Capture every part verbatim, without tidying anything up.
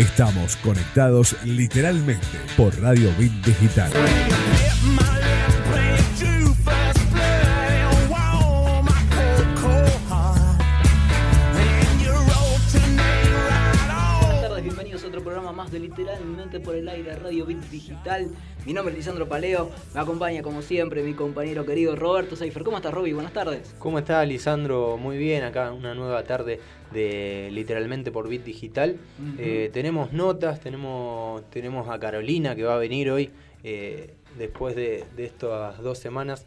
Estamos conectados literalmente por Radio Bit Digital. De literalmente por el aire, Radio Bit Digital. Mi nombre es Lisandro Paleo, me acompaña como siempre mi compañero querido Roberto Seifer. ¿Cómo estás, Roby? Buenas tardes. ¿Cómo estás, Lisandro? Muy bien, acá una nueva tarde de literalmente por Bit Digital. Uh-huh. eh, tenemos notas, tenemos, tenemos a Carolina que va a venir hoy, eh, después de, de estas dos semanas,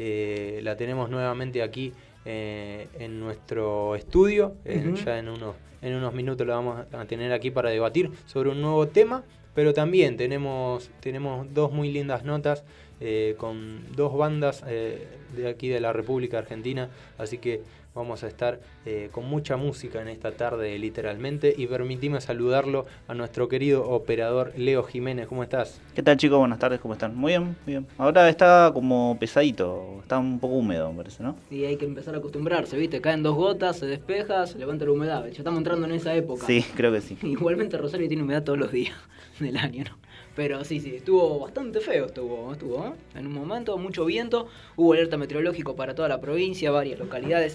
eh, la tenemos nuevamente aquí eh, en nuestro estudio, eh, uh-huh. ya en unos En unos minutos lo vamos a tener aquí para debatir sobre un nuevo tema, pero también tenemos, tenemos dos muy lindas notas eh, con dos bandas eh, de aquí de la República Argentina, así que vamos a estar eh, con mucha música en esta tarde literalmente, y permitime saludarlo a nuestro querido operador Leo Jiménez. ¿Cómo estás? ¿Qué tal, chicos? Buenas tardes, ¿cómo están? Muy bien, muy bien. Ahora está como pesadito, está un poco húmedo, me parece, ¿no? Sí, hay que empezar a acostumbrarse, ¿viste? Caen dos gotas, se despeja, se levanta la humedad. Ya estamos entrando en esa época. Sí, creo que sí. Igualmente Rosario tiene humedad todos los días del año, ¿no? Pero sí, sí, estuvo bastante feo, estuvo, estuvo, ¿eh? En un momento, mucho viento, hubo alerta meteorológico para toda la provincia, varias localidades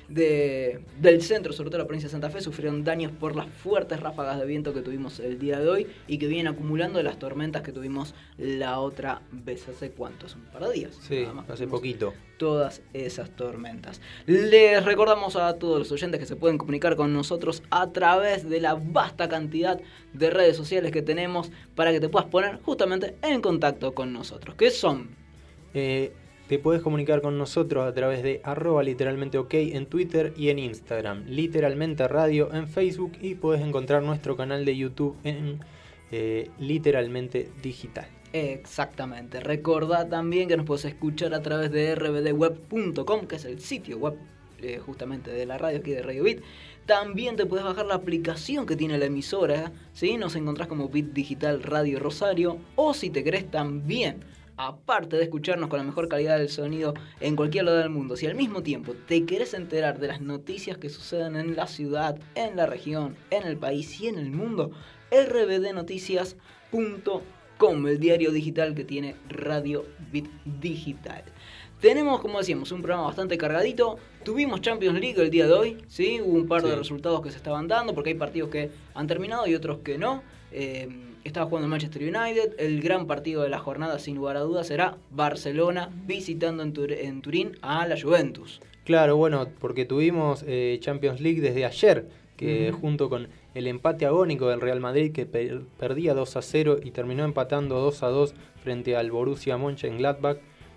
de, del centro, sobre todo la provincia de Santa Fe, sufrieron daños por las fuertes ráfagas de viento que tuvimos el día de hoy y que vienen acumulando de las tormentas que tuvimos la otra vez. ¿Hace cuánto? ¿Hace un par de días? Sí, hace poquito. Todas esas tormentas. Les recordamos a todos los oyentes que se pueden comunicar con nosotros a través de la vasta cantidad de redes sociales que tenemos para que te puedas poner justamente en contacto con nosotros. ¿Qué son? Eh... Te puedes comunicar con nosotros a través de arroba literalmente ok en Twitter y en Instagram, literalmente radio en Facebook, y puedes encontrar nuestro canal de YouTube en eh, literalmente digital. Exactamente. Recordá también que nos puedes escuchar a través de r b d web punto com, que es el sitio web eh, justamente de la radio aquí de Radio Bit. También te puedes bajar la aplicación que tiene la emisora, ¿sí? Nos encontrás como Bit Digital Radio Rosario, o si te querés también, aparte de escucharnos con la mejor calidad del sonido en cualquier lado del mundo, si al mismo tiempo te querés enterar de las noticias que suceden en la ciudad, en la región, en el país y en el mundo, r b d noticias punto com, el diario digital que tiene Radio Bit Digital. Tenemos, como decíamos, un programa bastante cargadito. Tuvimos Champions League el día de hoy, ¿sí? Hubo un par sí. de resultados que se estaban dando, porque hay partidos que han terminado y otros que no. Eh, estaba jugando el Manchester United. El gran partido de la jornada, sin lugar a dudas, será Barcelona visitando en, Tur- en Turín a la Juventus. Claro, bueno, porque tuvimos eh, Champions League desde ayer, que uh-huh. junto con el empate agónico del Real Madrid, que per- perdía dos a cero y terminó empatando dos a dos frente al Borussia Mönchengladbach.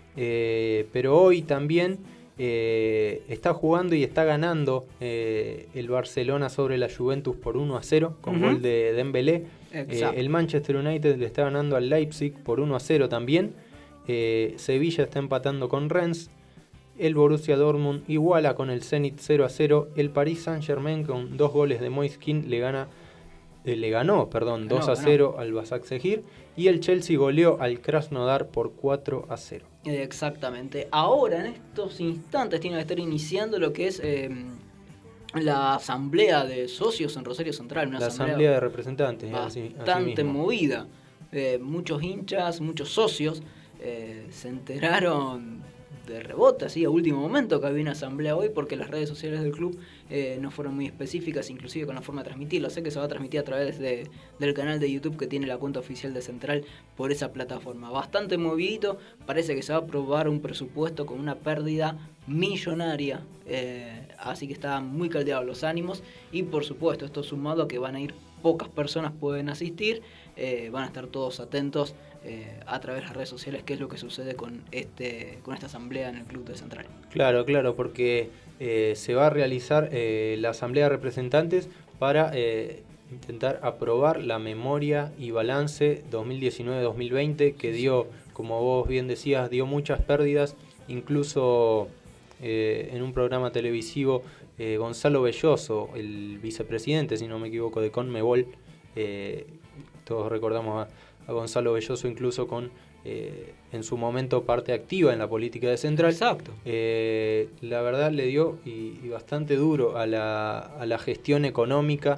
Eh, pero hoy también eh, está jugando y está ganando eh, el Barcelona sobre la Juventus por uno a cero con uh-huh. gol de Dembélé. Eh, el Manchester United le está ganando al Leipzig por uno a cero también. eh, Sevilla está empatando con Rennes. El Borussia Dortmund iguala con el Zenit cero a cero. El Paris Saint-Germain, con dos goles de Moise Kean, le gana eh, le ganó, perdón, dos a cero al Başakşehir. Y el Chelsea goleó al Krasnodar por cuatro a cero. Exactamente. Ahora, en estos instantes, tiene que estar iniciando lo que es eh, la asamblea de socios en Rosario Central. Una la asamblea, asamblea de representantes. Bastante así, así movida. Eh, muchos hinchas, muchos socios eh, se enteraron de rebote, así a último momento, que había una asamblea hoy, porque las redes sociales del club eh, no fueron muy específicas, inclusive con la forma de transmitirlo. Sé que se va a transmitir a través de, del canal de YouTube que tiene la cuenta oficial de Central por esa plataforma. Bastante movidito, parece que se va a aprobar un presupuesto con una pérdida millonaria, eh, así que están muy caldeados los ánimos, y por supuesto esto sumado a que van a ir pocas personas, pueden asistir, eh, van a estar todos atentos Eh, a través de las redes sociales, qué es lo que sucede con este con esta asamblea en el Club de Central. Claro, claro, porque eh, se va a realizar eh, la asamblea de representantes para eh, intentar aprobar la memoria y balance dos mil diecinueve dos mil veinte, que dio, como vos bien decías, dio muchas pérdidas. Incluso eh, en un programa televisivo, eh, Gonzalo Belloso, el vicepresidente, si no me equivoco, de Conmebol, eh, todos recordamos a a Gonzalo Belloso incluso con eh, en su momento parte activa en la política de Central. Exacto. Eh, la verdad le dio y, y bastante duro a la, a la gestión económica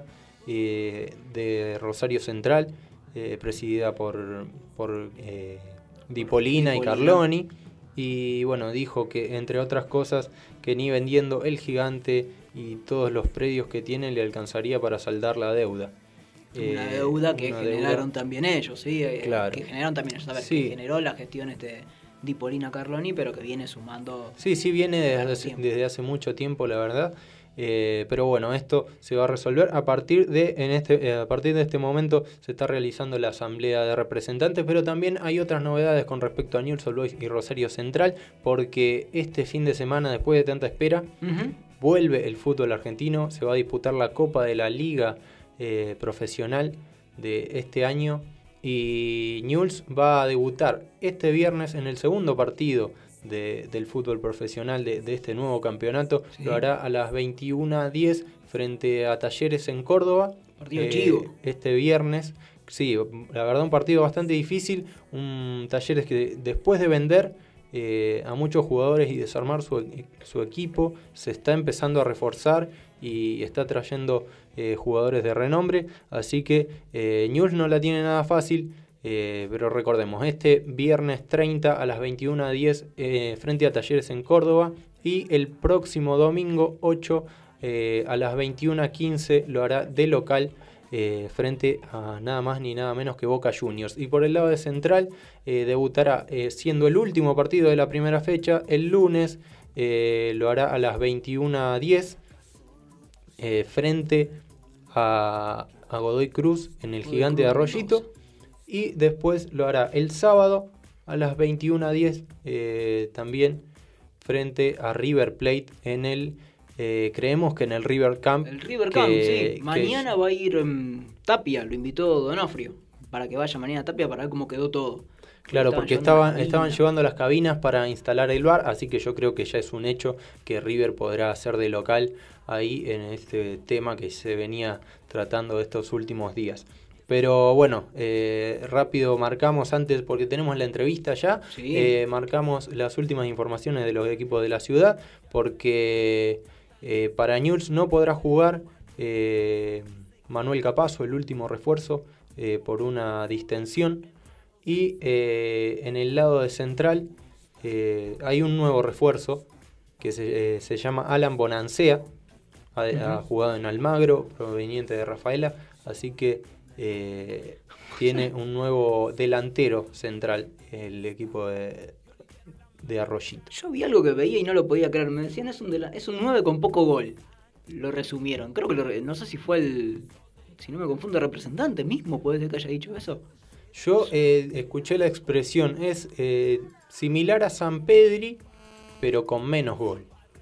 eh, de Rosario Central, eh, presidida por, por eh, Di Polina y Carloni. Y bueno, dijo que entre otras cosas que ni vendiendo el Gigante y todos los predios que tiene le alcanzaría para saldar la deuda. Una eh, deuda que una generaron deuda. también ellos, ¿sí? Claro. Que generaron también ellos, a ver, Sí. que generó la gestión este Di Polina Carloni, pero que viene sumando... Sí, sí, viene desde hace, tiempo. desde hace mucho tiempo, la verdad. Eh, pero bueno, esto se va a resolver a partir de en este eh, a partir de este momento se está realizando la asamblea de representantes, pero también hay otras novedades con respecto a Newell's Old Boys y Rosario Central, porque este fin de semana, después de tanta espera, Uh-huh. vuelve el fútbol argentino, se va a disputar la Copa de la Liga eh, Profesional de este año y Newell's va a debutar este viernes en el segundo partido de, del fútbol profesional de, de este nuevo campeonato. Sí. Lo hará a las veintiuna diez frente a Talleres en Córdoba. Partido chivo. Este viernes. Sí, la verdad un partido bastante difícil, un Talleres que después de vender eh, a muchos jugadores y desarmar su, su equipo, se está empezando a reforzar y está trayendo eh, jugadores de renombre, así que eh, Newell's no la tiene nada fácil, eh, pero recordemos, este viernes treinta a las veintiuna diez eh, frente a Talleres en Córdoba y el próximo domingo ocho eh, a las veintiuna quince lo hará de local Eh, frente a nada más ni nada menos que Boca Juniors. Y por el lado de Central eh, debutará eh, siendo el último partido de la primera fecha el lunes, eh, lo hará a las veintiuna diez eh, frente a, a Godoy Cruz en el Godoy Gigante de Cruz, Arroyito, y después lo hará el sábado a las veintiuna diez eh, también frente a River Plate en el Eh, creemos que en el River Camp. El River que, Camp, sí. que Mañana va a ir um, Tapia, lo invitó Donofrio, para que vaya mañana Tapia para ver cómo quedó todo. Claro, porque estaban estaban, llevando estaban las llevando las cabinas para instalar el V A R, así que yo creo que ya es un hecho que River podrá hacer de local ahí en este tema que se venía tratando estos últimos días. Pero bueno, eh, rápido marcamos antes, porque tenemos la entrevista ya, Sí. eh, marcamos las últimas informaciones de los equipos de la ciudad, porque eh, para Newell's no podrá jugar eh, Manuel Capazo, el último refuerzo, eh, por una distensión. Y eh, en el lado de Central eh, hay un nuevo refuerzo que se, eh, se llama Alan Bonancea, ha, Uh-huh. ha jugado en Almagro, proveniente de Rafaela, así que eh, tiene un nuevo delantero central el equipo de, de Arroyito. Yo vi algo que veía y no lo podía creer. Me decían, es un, de la- es un nueve con poco gol. Lo resumieron. Creo que lo re- no sé si fue el... Si no me confundo, el representante mismo, puede ser que haya dicho eso. Yo eh, escuché la expresión, es eh, similar a San Pedri, pero con menos gol.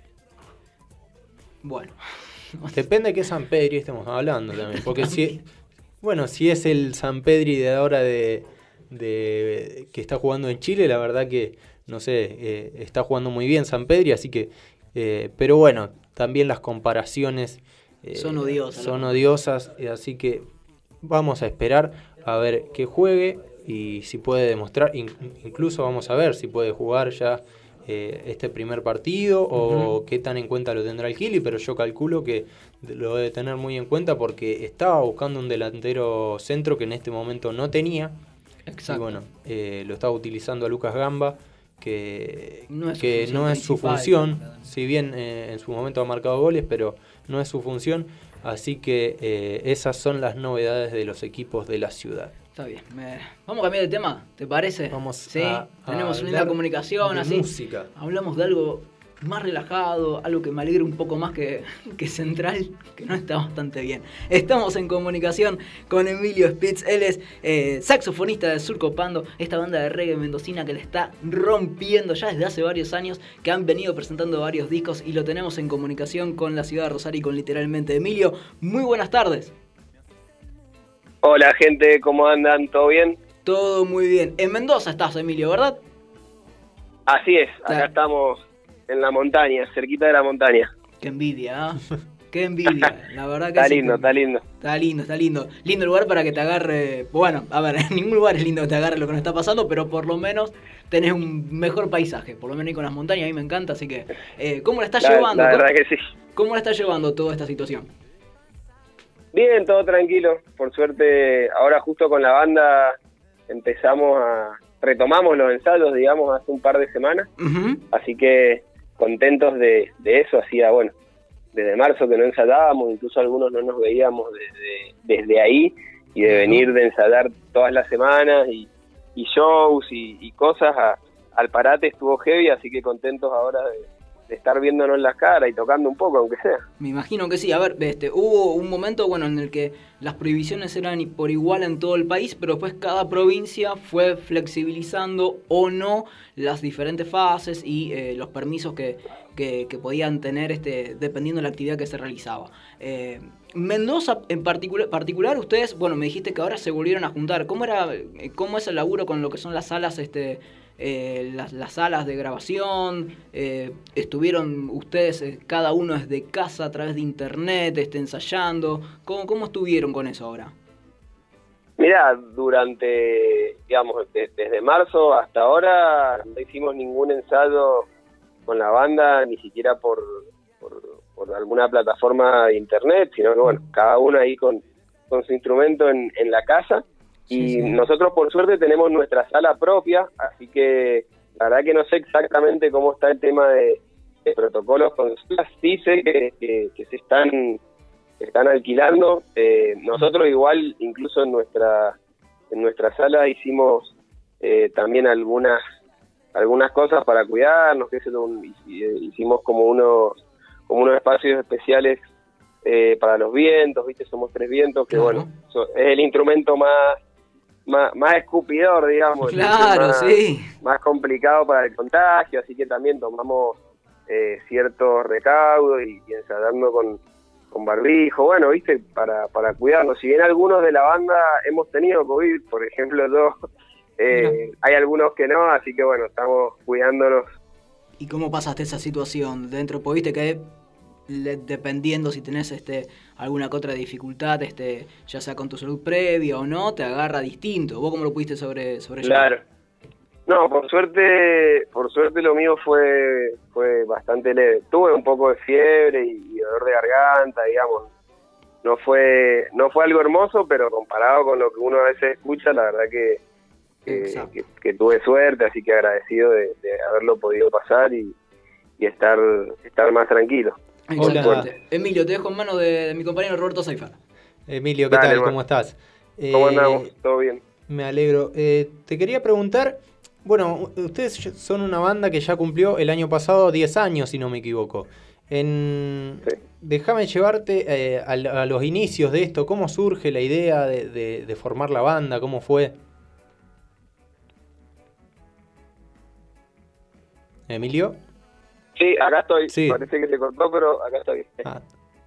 Bueno. Depende de qué San Pedri estemos hablando también, porque si, bueno, si es el San Pedri de ahora de, de que está jugando en Chile, la verdad que, no sé, eh, está jugando muy bien San Pedri, así que, eh, pero bueno, también las comparaciones eh, Son odiosas, son ¿no? odiosas, eh, así que vamos a esperar a ver que juegue y si puede demostrar, in- incluso vamos a ver si puede jugar ya eh, este primer partido o Ujú. qué tan en cuenta lo tendrá el Kili, pero yo calculo que lo debe tener muy en cuenta porque estaba buscando un delantero centro que en este momento no tenía. Exacto. Y bueno, eh, lo estaba utilizando a Lucas Gamba, que No es su que función no es su principal, función, claro. si bien eh, en su momento ha marcado goles, pero no es su función. Así que eh, esas son las novedades de los equipos de la ciudad. Está bien. Me- Vamos a cambiar de tema, ¿te parece? Vamos sí. a- a Tenemos una linda hablar comunicación, de así. música. Hablamos de algo más relajado, algo que me alegre un poco más que, que Central, que no está bastante bien. Estamos en comunicación con Emilio Spitz, él es eh, saxofonista de Surco Pando, esta banda de reggae mendocina que le está rompiendo ya desde hace varios años, que han venido presentando varios discos y lo tenemos en comunicación con la ciudad de Rosario y con Literalmente. Emilio, muy buenas tardes. Hola gente, ¿cómo andan? ¿Todo bien? Todo muy bien. En Mendoza estás, Emilio, ¿verdad? Así es, acá Claro. estamos en la montaña, cerquita de la montaña. Qué envidia, ¿ah? Qué envidia, la verdad que Está sí. lindo, está lindo. Está lindo, está lindo. Lindo lugar para que te agarre. Bueno, a ver, en ningún lugar es lindo que te agarre lo que nos está pasando, pero por lo menos tenés un mejor paisaje. Por lo menos ahí con las montañas, a mí me encanta. Así que, eh, ¿cómo la estás La, llevando? la ¿Cómo, verdad que sí. cómo la estás llevando toda esta situación? Bien, todo tranquilo. Por suerte, ahora justo con la banda empezamos a... retomamos los ensayos, digamos, hace un par de semanas. Uh-huh. Así que contentos de, de eso. Hacía, bueno, desde marzo que no ensayábamos, incluso algunos no nos veíamos desde, desde ahí, y de venir de ensayar todas las semanas y, y shows y, y cosas a, al parate estuvo heavy, así que contentos ahora de, de estar viéndonos las caras y tocando un poco, aunque sea. Me imagino que sí. A ver, este, hubo un momento, bueno, en el que las prohibiciones eran por igual en todo el país, pero después cada provincia fue flexibilizando o no las diferentes fases y eh, los permisos que, que, que podían tener este, dependiendo de la actividad que se realizaba. Eh, Mendoza en particular, particular, ustedes, bueno, me dijiste que ahora se volvieron a juntar. ¿Cómo era, cómo es el laburo con lo que son las salas, este, eh, las, las salas de grabación? Eh, ¿Estuvieron ustedes, eh, cada uno desde casa a través de internet, este, ensayando? ¿Cómo, cómo estuvieron con eso ahora? Mira, durante, digamos, de, desde marzo hasta ahora no hicimos ningún ensayo con la banda, ni siquiera por, por, por alguna plataforma de internet, sino que, bueno, cada uno ahí con, con su instrumento en, en la casa. Sí, y sí. Nosotros, por suerte, tenemos nuestra sala propia, así que la verdad que no sé exactamente cómo está el tema de, de protocolos con salas. Sí sé que, que, que se están... están alquilando. Eh, nosotros igual, incluso en nuestra en nuestra sala hicimos eh, también algunas algunas cosas para cuidarnos, que hicimos como unos como unos espacios especiales eh, para los vientos, viste, somos tres vientos, que Claro. bueno, so, es el instrumento más más, más escupidor, digamos, Claro, más, sí. más complicado para el contagio, así que también tomamos eh, ciertos recaudos y, y ensayando con con barbijo, bueno, viste, para, para cuidarnos. Si bien algunos de la banda hemos tenido COVID, por ejemplo yo, eh, hay algunos que no, así que bueno, estamos cuidándonos. ¿Y cómo pasaste esa situación dentro? Pues viste que le, dependiendo si tenés este alguna que otra dificultad, este ya sea con tu salud previa o no, te agarra distinto. ¿Vos cómo lo pudiste sobre sobrellevar? Claro. No, por suerte, por suerte lo mío fue fue bastante leve. Tuve un poco de fiebre y, y dolor de garganta, digamos. No fue no fue algo hermoso, pero comparado con lo que uno a veces escucha, la verdad que que, que, que tuve suerte, así que agradecido de, de haberlo podido pasar y, y estar estar más tranquilo. Exactamente. Emilio, te dejo en manos de, de mi compañero Roberto Saifar. Emilio, ¿qué Dale, tal? man. ¿Cómo estás? ¿Cómo Eh, andamos? ¿Todo bien? Me alegro. Eh, te quería preguntar, bueno, ustedes son una banda que ya cumplió el año pasado diez años, si no me equivoco. En... Sí. Déjame llevarte eh, a, a los inicios de esto. ¿Cómo surge la idea de, de, de formar la banda? ¿Cómo fue? ¿Emilio? Sí, acá estoy. Sí. Parece que se cortó, pero acá estoy. Ah.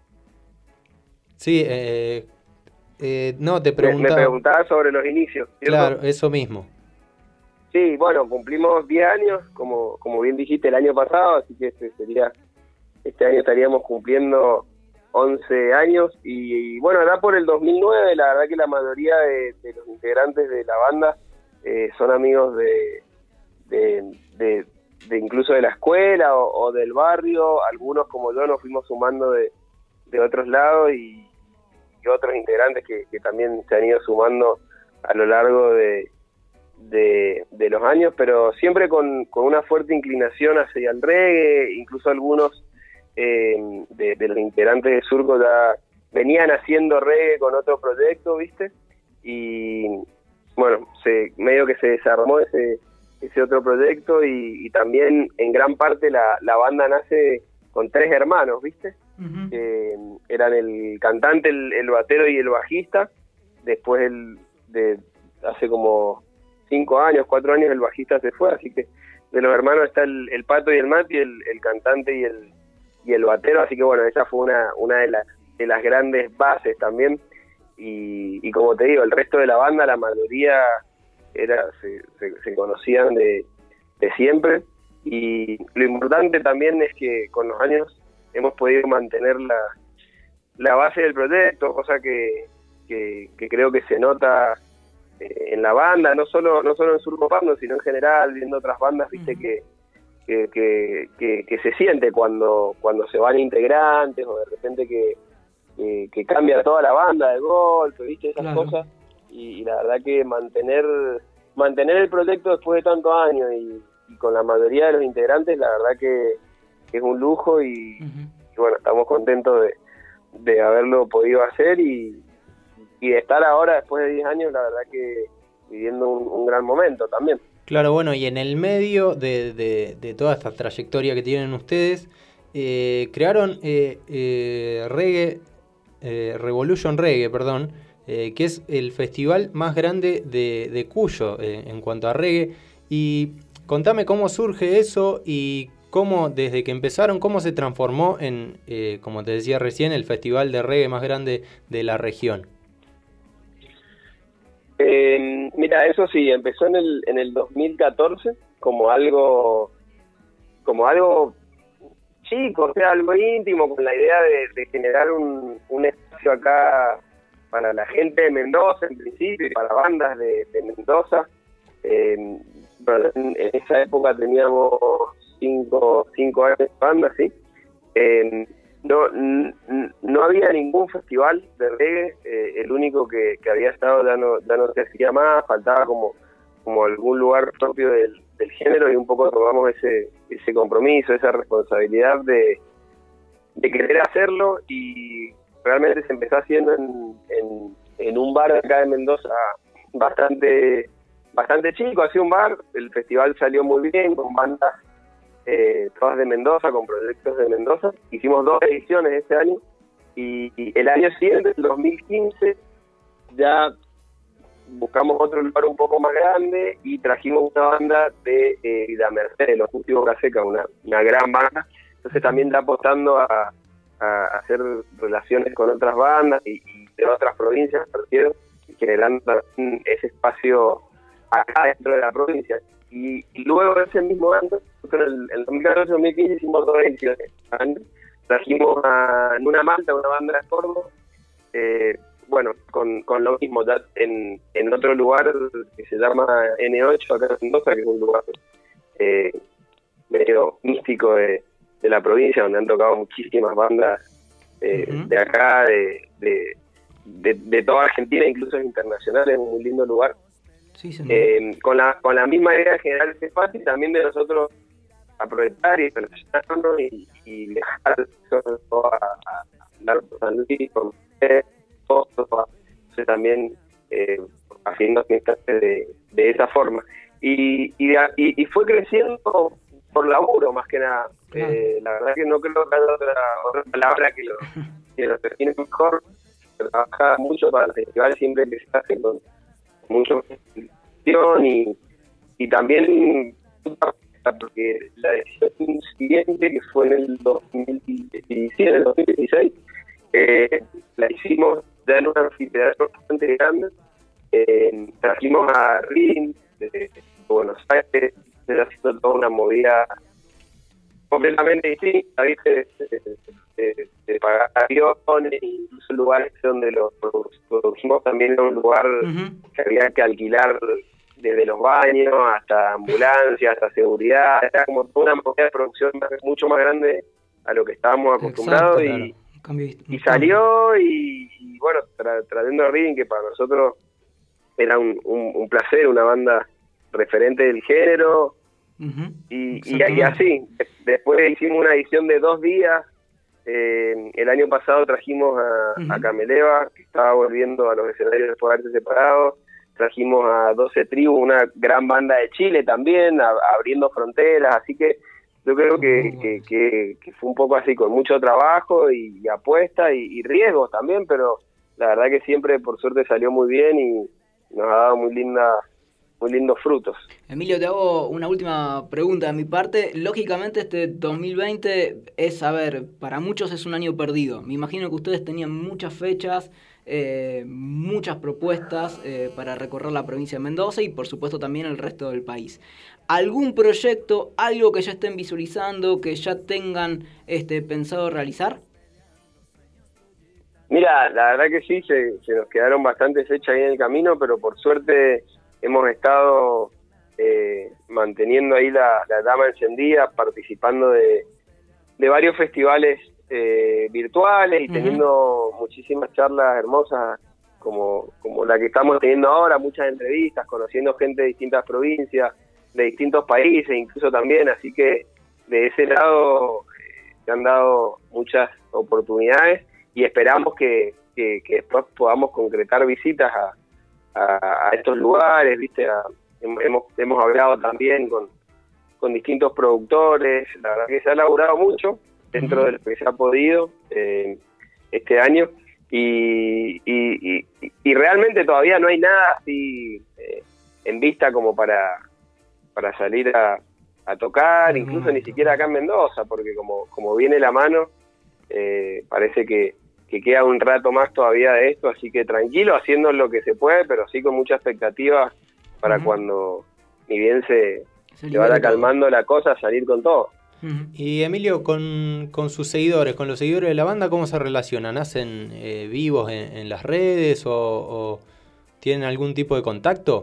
Sí, eh, eh, no, te Me, me preguntaba... preguntaba sobre los inicios, ¿cierto? Claro, eso mismo. Sí, bueno, cumplimos diez años, como como bien dijiste, el año pasado, así que este sería este año estaríamos cumpliendo once años. Y, y bueno, acá por el dos mil nueve, la verdad que la mayoría de, de los integrantes de la banda eh, son amigos de, de, de, de incluso de la escuela o, o del barrio. Algunos, como yo, nos fuimos sumando de, de otros lados y, y otros integrantes que, que también se han ido sumando a lo largo de De, de los años, pero siempre con, con una fuerte inclinación hacia el reggae. Incluso algunos eh, de, de los integrantes de Surco ya venían haciendo reggae con otro proyecto, ¿viste? Y bueno, se medio que se desarmó ese ese otro proyecto y, y también en gran parte la, la banda nace con tres hermanos, ¿viste? Uh-huh. Eh, eran el cantante, el, el batero y el bajista. Después el de hace como cinco años, cuatro años el bajista se fue, así que de los hermanos está el, el Pato y el Mati, el, el cantante y el y el batero, así que bueno, esa fue una una de las de las grandes bases también. Y, y como te digo, el resto de la banda, la mayoría era se, se, se conocían de, de siempre. Y lo importante también es que con los años hemos podido mantener la, la base del proyecto, cosa que, que, que creo que se nota en la banda, no solo no solo en Surco Pando, sino en general, viendo otras bandas, viste, uh-huh. que, que, que, que, que se siente cuando cuando se van integrantes o de repente que, que, que cambia toda la banda de golpe, ¿viste? Esas Claro. cosas. Y, y la verdad que mantener mantener el proyecto después de tantos años y, y con la mayoría de los integrantes, la verdad que, que es un lujo y, Ujú. y bueno, estamos contentos de, de haberlo podido hacer y, y de estar ahora después de diez años, la verdad que viviendo un, un gran momento también. Claro, bueno, y en el medio de, de, de toda esta trayectoria que tienen ustedes, eh, crearon eh, eh, Reggae, eh, Revolution Reggae, perdón, eh, que es el festival más grande de, de Cuyo eh, en cuanto a reggae. Y contame cómo surge eso y cómo desde que empezaron, cómo se transformó en, eh, como te decía recién, el festival de reggae más grande de la región. Eh, mira, eso sí, empezó en el en el dos mil catorce como algo como algo chico, o sea, algo íntimo, con la idea de, de generar un, un espacio acá para la gente de Mendoza en principio y para bandas de, de Mendoza. Eh, bueno, en, en esa época teníamos cinco, cinco años de banda, ¿sí? Eh, no, n- no había ningún festival de reggae, eh, el único que, que había estado ya no, ya no se hacía más, faltaba como, como algún lugar propio del, del género y un poco tomamos ese, ese compromiso, esa responsabilidad de, de querer hacerlo y realmente se empezó haciendo en, en, en un bar acá de Mendoza bastante, bastante chico, hacía un bar, el festival salió muy bien con bandas Eh, todas de Mendoza, con proyectos de Mendoza. Hicimos dos ediciones este año y, y el año siguiente, el dos mil quince, ya buscamos otro lugar un poco más grande y trajimos una banda de eh, Vida Merced, de Los Últimos Caseca, una, una gran banda. Entonces también está apostando a, a hacer relaciones con otras bandas y, y de otras provincias, prefiero, generando también ese espacio acá dentro de la provincia. Y, y luego de ese mismo año, en el, el dos mil catorce dos mil quince hicimos dos ediciones. Trajimos a en una Malta, una banda de Córdoba, eh, bueno, con, con lo mismo, ya en, en otro lugar que se llama N ocho, acá en Mendoza, que es un lugar eh, medio místico de, de la provincia, donde han tocado muchísimas bandas eh, Uh-huh. de acá, de, de, de, de toda Argentina, incluso internacionales, es un muy lindo lugar. Sí, sí. Eh, con la con la misma idea de generar ese espacio y también de nosotros aprovechar y relacionarnos y, y dejar sobre todo a, a hablar con San Luis, con todo, entonces también eh, haciendo mensajes de, de esa forma. Y, y, y, y fue creciendo por laburo más que nada. Claro. Eh, la verdad que no creo que haya otra, otra palabra que lo, que lo define mejor. Trabaja mucho para el festival, siempre que se hace con mucho y, y también porque la decisión siguiente, que fue en el dos mil diecisiete, el dos mil dieciséis, eh, la hicimos ya en un anfiteatro bastante grande. Eh, trajimos a Rin de, de Buenos Aires, se haciendo toda una movida completamente distinta, ¿viste? De, de, de, de pagar aviones, incluso lugares donde lo produjimos también en un lugar uh-huh. que había que alquilar desde los baños hasta ambulancias, hasta seguridad, era como toda una movida de producción mucho más grande a lo que estábamos acostumbrados. Exacto, y, claro. Cambio, y salió y, y bueno, tra, trayendo a Reading, que para nosotros era un, un, un placer, una banda referente del género. Uh-huh. y, y, y así, después hicimos una edición de dos días. Eh, el año pasado trajimos a, uh-huh. a Cameleva, que estaba volviendo a los escenarios después de haberse separado. Trajimos a doce Tribus, una gran banda de Chile también, a, abriendo fronteras. Así que yo creo que, uh-huh. que, que, que fue un poco así, con mucho trabajo y, y apuesta y, y riesgos también, pero la verdad que siempre por suerte salió muy bien y nos ha dado muy linda muy lindos frutos. Emilio, te hago una última pregunta de mi parte. Lógicamente este dos mil veinte es, a ver, para muchos es un año perdido. Me imagino que ustedes tenían muchas fechas, eh, muchas propuestas eh, para recorrer la provincia de Mendoza y por supuesto también el resto del país. ¿Algún proyecto, algo que ya estén visualizando, que ya tengan este pensado realizar? Mira, la verdad que sí, se, se nos quedaron bastantes fechas ahí en el camino, pero por suerte hemos estado eh, manteniendo ahí la, la llama encendida, participando de, de varios festivales eh, virtuales y Ujú. teniendo muchísimas charlas hermosas como, como la que estamos teniendo ahora, muchas entrevistas, conociendo gente de distintas provincias, de distintos países incluso también, así que de ese lado eh, se han dado muchas oportunidades y esperamos que, que, que después podamos concretar visitas a, a, a estos lugares, ¿viste? A, hemos, hemos hablado también con, con distintos productores, la verdad que se ha laburado mucho dentro Ujú. de lo que se ha podido eh, este año y, y, y, y realmente todavía no hay nada así eh, en vista como para, para salir a, a tocar, Muy incluso bueno. ni siquiera acá en Mendoza, porque como, como viene la mano, eh, parece que, que queda un rato más todavía de esto, así que tranquilo, haciendo lo que se puede, pero sí con mucha expectativa para Ujú. cuando ni bien se, Se se vaya libera todo. calmando la cosa, salir con todo. Ujú. Y Emilio, con, con sus seguidores, con los seguidores de la banda, ¿cómo se relacionan? ¿Hacen eh, vivos en, en las redes o, o tienen algún tipo de contacto?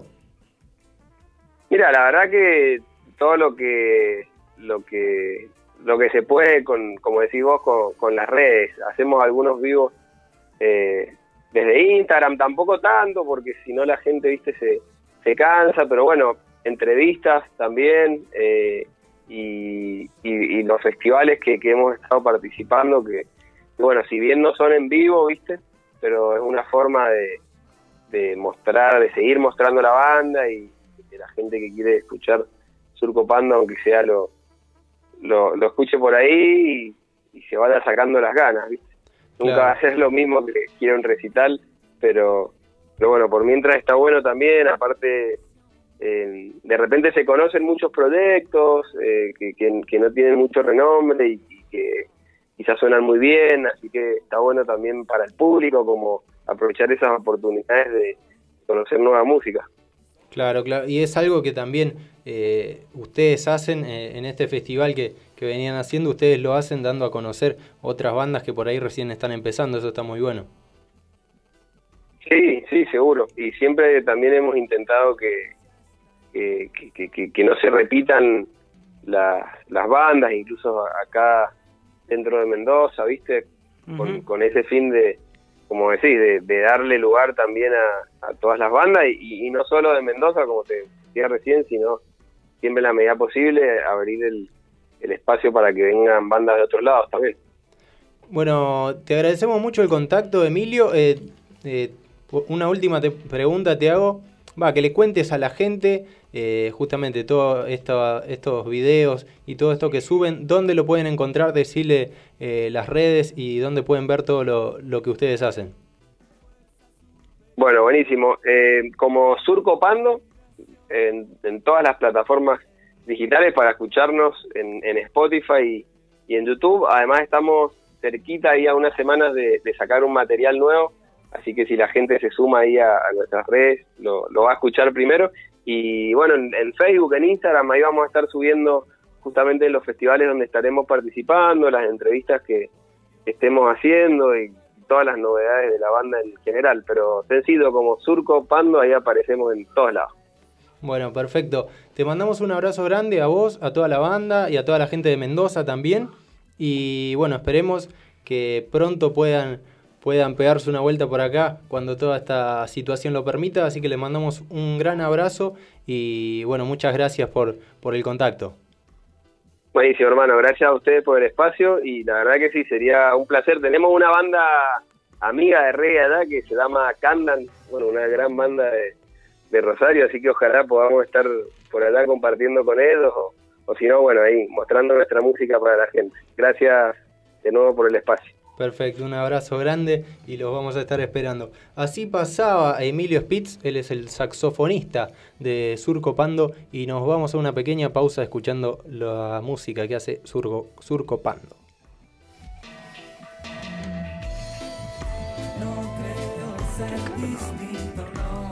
Mira, la verdad que todo lo que lo que lo que se puede con, como decís vos, con, con las redes, hacemos algunos vivos eh, desde Instagram, tampoco tanto, porque si no la gente, viste, se, se cansa, pero bueno, entrevistas también, eh, y, y, y los festivales que, que hemos estado participando, que, que bueno, si bien no son en vivo, viste, pero es una forma de, de mostrar, de seguir mostrando la banda y de la gente que quiere escuchar Surco Pando, aunque sea lo, lo, lo escuche por ahí y, y se vaya sacando las ganas, ¿viste? Nunca Claro. va a ser lo mismo que quiera un recital, pero, pero bueno, por mientras está bueno también, aparte eh, de repente se conocen muchos proyectos eh, que, que, que no tienen mucho renombre y, y que quizás suenan muy bien, así que está bueno también para el público como aprovechar esas oportunidades de conocer nueva música. Claro, claro. Y es algo que también eh, ustedes hacen eh, en este festival que, que venían haciendo, ustedes lo hacen dando a conocer otras bandas que por ahí recién están empezando, eso está muy bueno. Sí, sí, seguro. Y siempre también hemos intentado que, que, que, que, que no se repitan las, las bandas, incluso acá dentro de Mendoza, ¿viste? Con, Ujú. con ese fin de, como decís, de, de darle lugar también a, a todas las bandas y, y no solo de Mendoza, como te decía recién, sino siempre en la medida posible abrir el, el espacio para que vengan bandas de otros lados también. Bueno, te agradecemos mucho el contacto, Emilio. Eh, eh, una última te- pregunta te hago. Va, que le cuentes a la gente eh, justamente todos estos videos y todo esto que suben, dónde lo pueden encontrar, decirle eh, las redes y dónde pueden ver todo lo, lo que ustedes hacen. Bueno, buenísimo. Eh, como Surco Pando, en, en todas las plataformas digitales para escucharnos en, en Spotify y, y en YouTube. Además estamos cerquita ahí a unas semanas de, de sacar un material nuevo, así que si la gente se suma ahí a, a nuestras redes, lo, lo va a escuchar primero. Y bueno, en, en Facebook, en Instagram, ahí vamos a estar subiendo justamente los festivales donde estaremos participando, las entrevistas que estemos haciendo y todas las novedades de la banda en general. Pero sencillo, como Surco Pando, ahí aparecemos en todos lados. Bueno, perfecto. Te mandamos un abrazo grande a vos, a toda la banda y a toda la gente de Mendoza también. Y bueno, esperemos que pronto puedan, puedan pegarse una vuelta por acá cuando toda esta situación lo permita. Así que les mandamos un gran abrazo y bueno, muchas gracias por, por el contacto. Buenísimo, hermano. Gracias a ustedes por el espacio y la verdad que sí, sería un placer. Tenemos una banda amiga de reggae allá que se llama Candan, bueno, una gran banda de, de Rosario, así que ojalá podamos estar por allá compartiendo con ellos o, o si no, bueno, ahí mostrando nuestra música para la gente. Gracias de nuevo por el espacio. Perfecto, un abrazo grande y los vamos a estar esperando. Así pasaba Emilio Spitz, él es el saxofonista de Surco Pando y nos vamos a una pequeña pausa escuchando la música que hace Surco, Surco Pando. No creo ser distinto, no.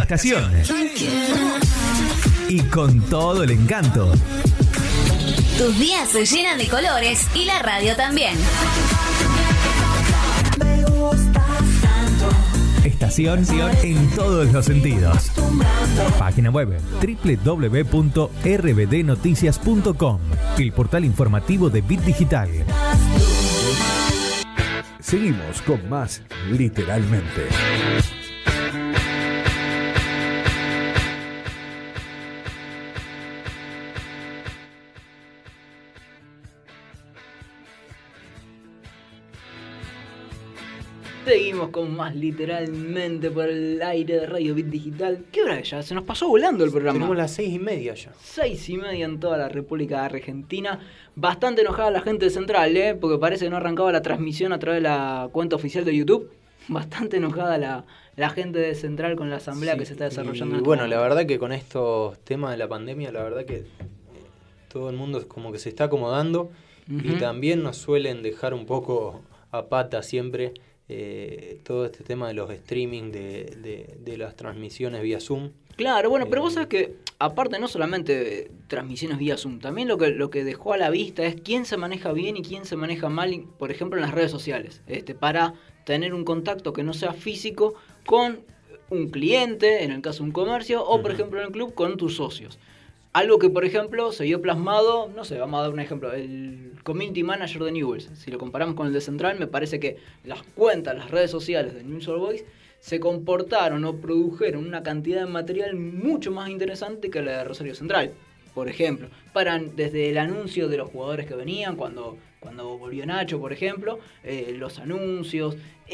estación. Y con todo el encanto. Tus días se llenan de colores y la radio también. Estación en todos los sentidos. Página web doble u doble u doble u punto r b d noticias punto com, el portal informativo de Bit Digital. Seguimos con más Literalmente. Seguimos con más Literalmente por el aire de Radio Bit Digital. ¿Qué hora es ya? Se nos pasó volando el programa. Tenemos las seis y media ya. Seis y media en toda la República Argentina. Bastante enojada la gente de Central, ¿eh? Porque parece que no arrancaba la transmisión a través de la cuenta oficial de YouTube. Bastante enojada la, la gente de Central con la asamblea sí, que se está desarrollando. Y bueno, la verdad que con estos temas de la pandemia, la verdad que todo el mundo como que se está acomodando. Uh-huh. Y también nos suelen dejar un poco a pata siempre. Eh, todo este tema de los streaming, de, de, de las transmisiones vía Zoom. Claro, bueno, pero eh, vos sabés que aparte no solamente eh, transmisiones vía Zoom, también lo que, lo que dejó a la vista es quién se maneja bien y quién se maneja mal, por ejemplo en las redes sociales, este, para tener un contacto que no sea físico con un cliente, en el caso de un comercio, o uh-huh. por ejemplo en el club con tus socios. Algo que, por ejemplo, se vio plasmado, no sé, vamos a dar un ejemplo, el Community Manager de Newell's. Si lo comparamos con el de Central, me parece que las cuentas, las redes sociales de Newell's Old Boys se comportaron o produjeron una cantidad de material mucho más interesante que la de Rosario Central. Por ejemplo, para, desde el anuncio de los jugadores que venían, cuando, cuando volvió Nacho, por ejemplo, eh, los anuncios,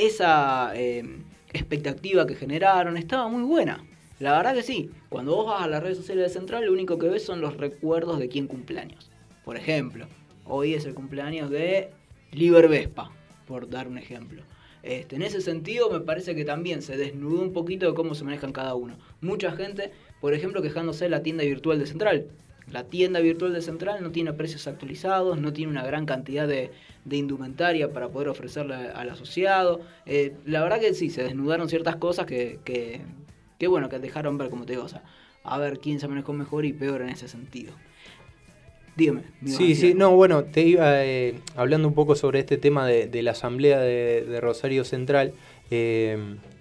esa eh, expectativa que generaron, estaba muy buena. La verdad que sí, cuando vos vas a las redes sociales de Central, lo único que ves son los recuerdos de quién cumpleaños. Por ejemplo, hoy es el cumpleaños de Liber Vespa, por dar un ejemplo. Este, en ese sentido me parece que también se desnudó un poquito de cómo se manejan cada uno. Mucha gente, por ejemplo, quejándose de la tienda virtual de Central. La tienda virtual de Central no tiene precios actualizados, no tiene una gran cantidad de, de indumentaria para poder ofrecerle al asociado. Eh, la verdad que sí, se desnudaron ciertas cosas que... que Qué bueno que dejaron ver, como te digo, o sea, a ver quién se manejó mejor y peor en ese sentido. Dígame. Sí, sí, no, bueno, te iba eh, hablando un poco sobre este tema de, de la asamblea de, de Rosario Central. Eh,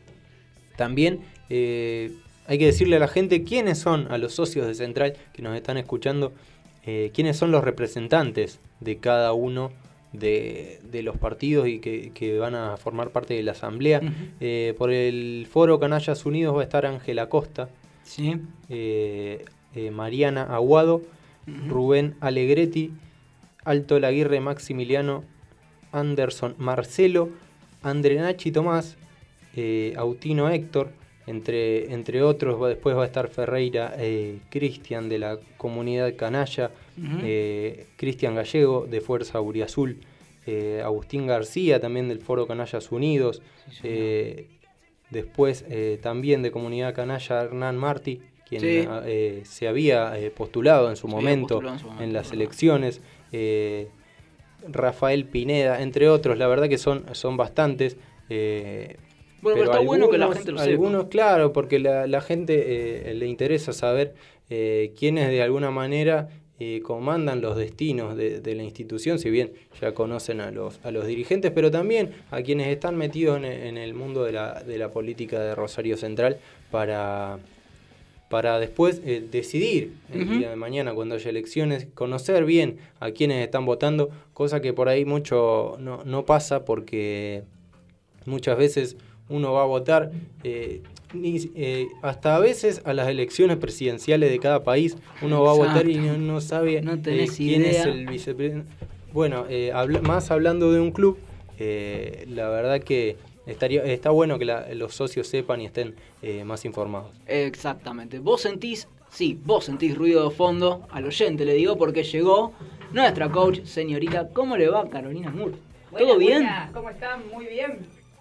también eh, hay que decirle a la gente quiénes son, a los socios de Central que nos están escuchando, eh, quiénes son los representantes de cada uno De, de los partidos y que, que van a formar parte de la asamblea. Uh-huh. Eh, por el Foro Canallas Unidos va a estar Ángela Costa, sí. eh, eh, Mariana Aguado, uh-huh. Rubén Alegretti, Alto Laguirre Maximiliano, Anderson Marcelo, André Nachi Tomás, eh, Autino Héctor, entre, entre otros. Va, después va a estar Ferreira eh, Cristian de la comunidad canalla, uh-huh. eh, Cristian Gallego de Fuerza Uriazul, eh, Agustín García también del Foro Canallas Unidos, sí, eh, después eh, también de comunidad canalla Hernán Martí, quien sí. eh, se había eh, postulado en su, sí, momento, en su momento en las elecciones, eh, Rafael Pineda, entre otros. La verdad que son, son bastantes. Eh, Bueno, pero, pero está algunos, bueno que la gente lo sepa. Algunos, claro, porque la, la gente eh, le interesa saber eh, quiénes de alguna manera eh, comandan los destinos de, de la institución, si bien ya conocen a los, a los dirigentes, pero también a quienes están metidos en, en el mundo de la, de la política de Rosario Central para, para después eh, decidir el uh-huh. día de mañana, cuando haya elecciones, conocer bien a quienes están votando, cosa que por ahí mucho no, no pasa, porque muchas veces uno va a votar, eh, ni, eh, hasta a veces a las elecciones presidenciales de cada país, uno va Exacto. a votar y no, no sabe no eh, quién idea. es el vicepresidente. Bueno, eh, habla, más hablando de un club, eh, la verdad que estaría está bueno que la, los socios sepan y estén eh, más informados. Exactamente. Vos sentís, sí, vos sentís ruido de fondo, al oyente le digo, porque llegó nuestra coach, señorita. ¿Cómo le va, Carolina Moore? Buena, ¿Todo bien? Buena. ¿Cómo están? Muy bien.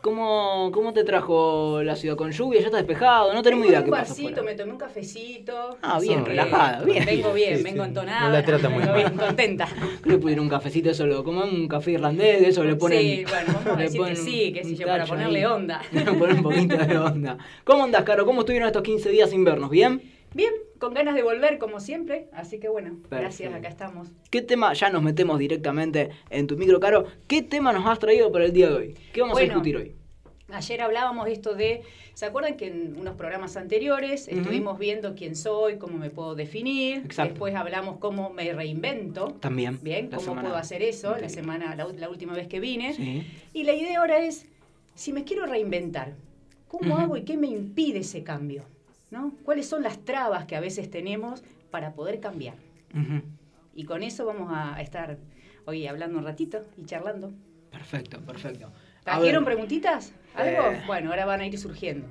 ¿Cómo, ¿Cómo te trajo la ciudad? ¿Con lluvia? ¿Ya está despejado? No tenemos idea un qué pasa vasito, afuera. me tomé un cafecito. Ah, bien, así que relajada, bien. Vengo bien, Sí, vengo sí. entonada. No la trata muy vengo mal. bien, contenta. Le pusieron un cafecito, eso lo comen, un café irlandés, de eso le ponen... Sí, bueno, vamos a le decir ponen que sí, qué sé un yo, para tacho ponerle ahí. onda. Poner un poquito de onda. ¿Cómo andás, Caro? ¿Cómo estuvieron estos quince días sin vernos? ¿Bien? Bien, con ganas de volver como siempre, así que bueno, gracias, Perfecto. acá estamos. ¿Qué tema? Ya nos metemos directamente en tu micro, Caro. ¿Qué tema nos has traído para el día de hoy? ¿Qué vamos Bueno, a discutir hoy? Ayer hablábamos esto de, ¿se acuerdan que en unos programas anteriores Ujú. estuvimos viendo quién soy, cómo me puedo definir? Exacto. Después hablamos cómo me reinvento. También. Bien, la cómo semana puedo hacer eso, la anterior. semana, la, la última vez que vine. Sí. Y la idea ahora es, si me quiero reinventar, ¿cómo Ujú. hago y qué me impide ese cambio? ¿No? ¿Cuáles son las trabas que a veces tenemos para poder cambiar? Ujú. Y con eso vamos a estar hoy hablando un ratito y charlando. Perfecto, perfecto. A ¿Trajeron ver. preguntitas? ¿Algo? Eh. Bueno, ahora van a ir surgiendo.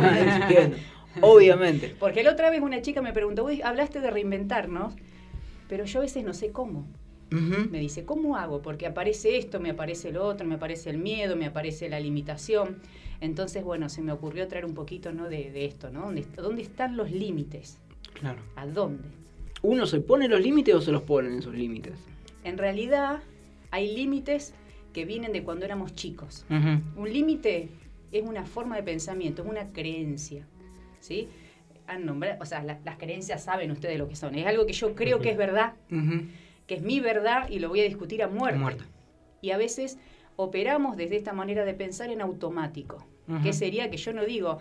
Bien, obviamente. Porque la otra vez una chica me preguntó, "Uy, hablaste de reinventarnos, pero yo a veces no sé cómo". Ujú. Me dice, ¿cómo hago? Porque aparece esto, me aparece lo otro, me aparece el miedo, me aparece la limitación. Entonces, bueno, se me ocurrió traer un poquito, ¿no? de, de esto, ¿no? ¿Dónde, ¿Dónde están los límites? Claro. ¿A dónde? ¿Uno se pone los límites o se los ponen esos límites? En realidad, hay límites que vienen de cuando éramos chicos. Un límite es una forma de pensamiento, es una creencia, ¿sí? Han nombrado, o sea, la- las creencias saben ustedes lo que son. Es algo que yo creo que es verdad, Ujú. que es mi verdad y lo voy a discutir a muerte. Muerte. Y a veces operamos desde esta manera de pensar en automático. Ujú. Que sería que yo no digo,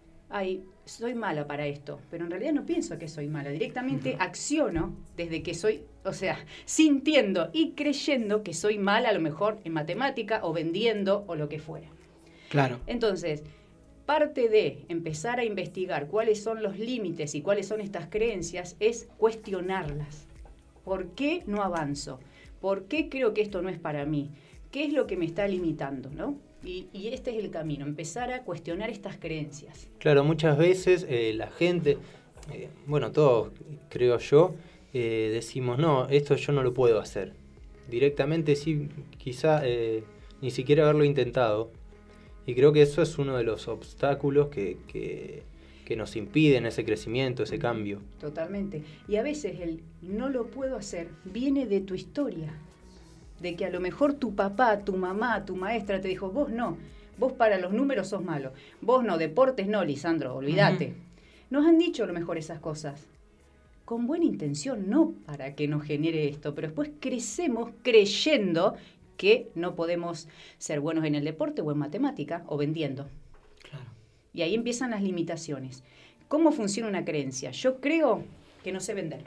ay, soy mala para esto, pero en realidad no pienso que soy mala. Directamente acciono desde que soy, o sea, sintiendo y creyendo que soy mala a lo mejor en matemática o vendiendo o lo que fuera. Claro. Entonces, parte de empezar a investigar cuáles son los límites y cuáles son estas creencias es cuestionarlas. ¿Por qué no avanzo? ¿Por qué creo que esto no es para mí? ¿Qué es lo que me está limitando, no? Y, y este es el camino, empezar a cuestionar estas creencias. Claro, muchas veces eh, la gente, eh, bueno, todos creo yo, eh, decimos, no, esto yo no lo puedo hacer. Directamente sí, quizá eh, ni siquiera haberlo intentado. Y creo que eso es uno de los obstáculos que, que, que nos impiden ese crecimiento, ese cambio. Totalmente. Y a veces el no lo puedo hacer viene de tu historia. De que a lo mejor tu papá, tu mamá, tu maestra te dijo, vos no, vos para los números sos malo. Vos no, deportes no, Lisandro, olvídate. Ujú. Nos han dicho a lo mejor esas cosas. Con buena intención, no para que nos genere esto, pero después crecemos creyendo que no podemos ser buenos en el deporte o en matemática o vendiendo. Claro. Y ahí empiezan las limitaciones. ¿Cómo funciona una creencia? Yo creo que no sé vender.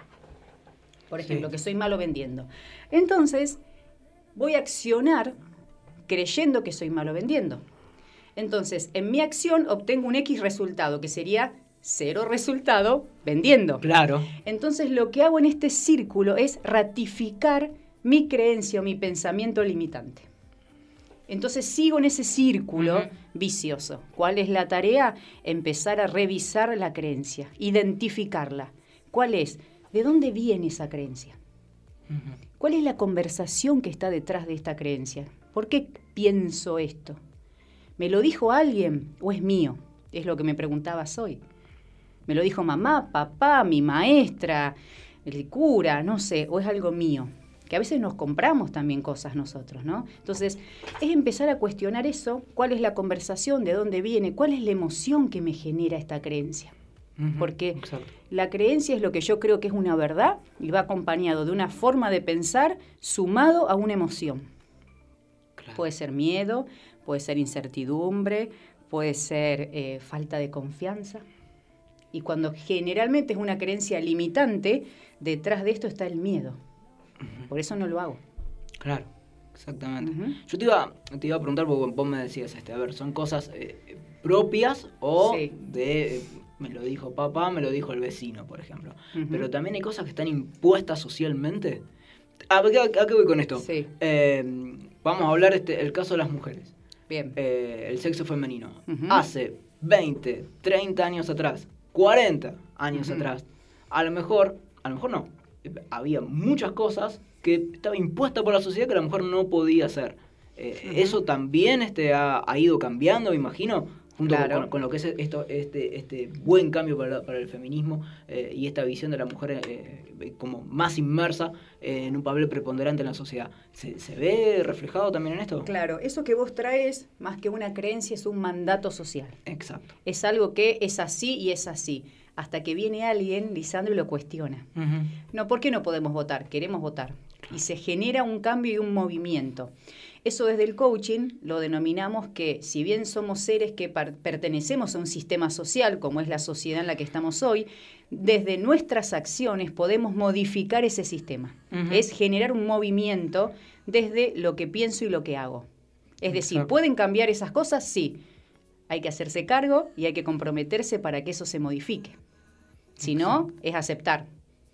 Por ejemplo, Sí. que soy malo vendiendo. Entonces, voy a accionar creyendo que soy malo vendiendo. Entonces, en mi acción obtengo un X resultado, que sería cero resultado vendiendo. Claro. Entonces, lo que hago en este círculo es ratificar mi creencia o mi pensamiento limitante. Entonces sigo en ese círculo Ujú. vicioso. ¿Cuál es la tarea? Empezar a revisar la creencia, identificarla. ¿Cuál es? ¿De dónde viene esa creencia? Ujú. ¿Cuál es la conversación que está detrás de esta creencia? ¿Por qué pienso esto? ¿Me lo dijo alguien o es mío? Es lo que me preguntabas hoy. ¿Me lo dijo mamá, papá, mi maestra, el cura, no sé, o es algo mío? Que a veces nos compramos también cosas nosotros, ¿no? Entonces, es empezar a cuestionar eso, cuál es la conversación, de dónde viene, cuál es la emoción que me genera esta creencia. Ujú. Porque Exacto. la creencia es lo que yo creo que es una verdad y va acompañado de una forma de pensar sumado a una emoción. Claro. Puede ser miedo, puede ser incertidumbre, puede ser eh, falta de confianza. Y cuando generalmente es una creencia limitante, detrás de esto está el miedo. Por eso no lo hago. Claro, exactamente. Ujú. Yo te iba, te iba a preguntar, porque vos me decías, este, a ver, ¿son cosas eh, propias o Sí. de, eh, me lo dijo papá, me lo dijo el vecino, por ejemplo? Ujú. Pero también hay cosas que están impuestas socialmente. ¿A qué, a qué voy con esto? Sí. Eh, vamos a hablar este, el caso de las mujeres. Bien. Eh, el sexo femenino. Ujú. Hace veinte, treinta años atrás, cuarenta años Ujú. atrás, a lo mejor, a lo mejor no, había muchas cosas que estaba impuesta por la sociedad que la mujer no podía hacer. Eh, Ujú. Eso también este, ha, ha ido cambiando, me imagino, junto Claro. con, con lo que es esto, este, este buen cambio para, para el feminismo eh, y esta visión de la mujer eh, como más inmersa eh, en un papel preponderante en la sociedad. ¿Se, se ve reflejado también en esto? Claro, eso que vos traes, más que una creencia, es un mandato social. Exacto. Es algo que es así y es así. Hasta que viene alguien, Lisandro, y lo cuestiona. Uh-huh. No, ¿por qué no podemos votar? Queremos votar. Y se genera un cambio y un movimiento. Eso desde el coaching lo denominamos que, si bien somos seres que par- pertenecemos a un sistema social, como es la sociedad en la que estamos hoy, desde nuestras acciones podemos modificar ese sistema. Ujú. Es generar un movimiento desde lo que pienso y lo que hago. Es decir, Exacto. ¿pueden cambiar esas cosas? Sí. Hay que hacerse cargo y hay que comprometerse para que eso se modifique. Si no, es aceptar.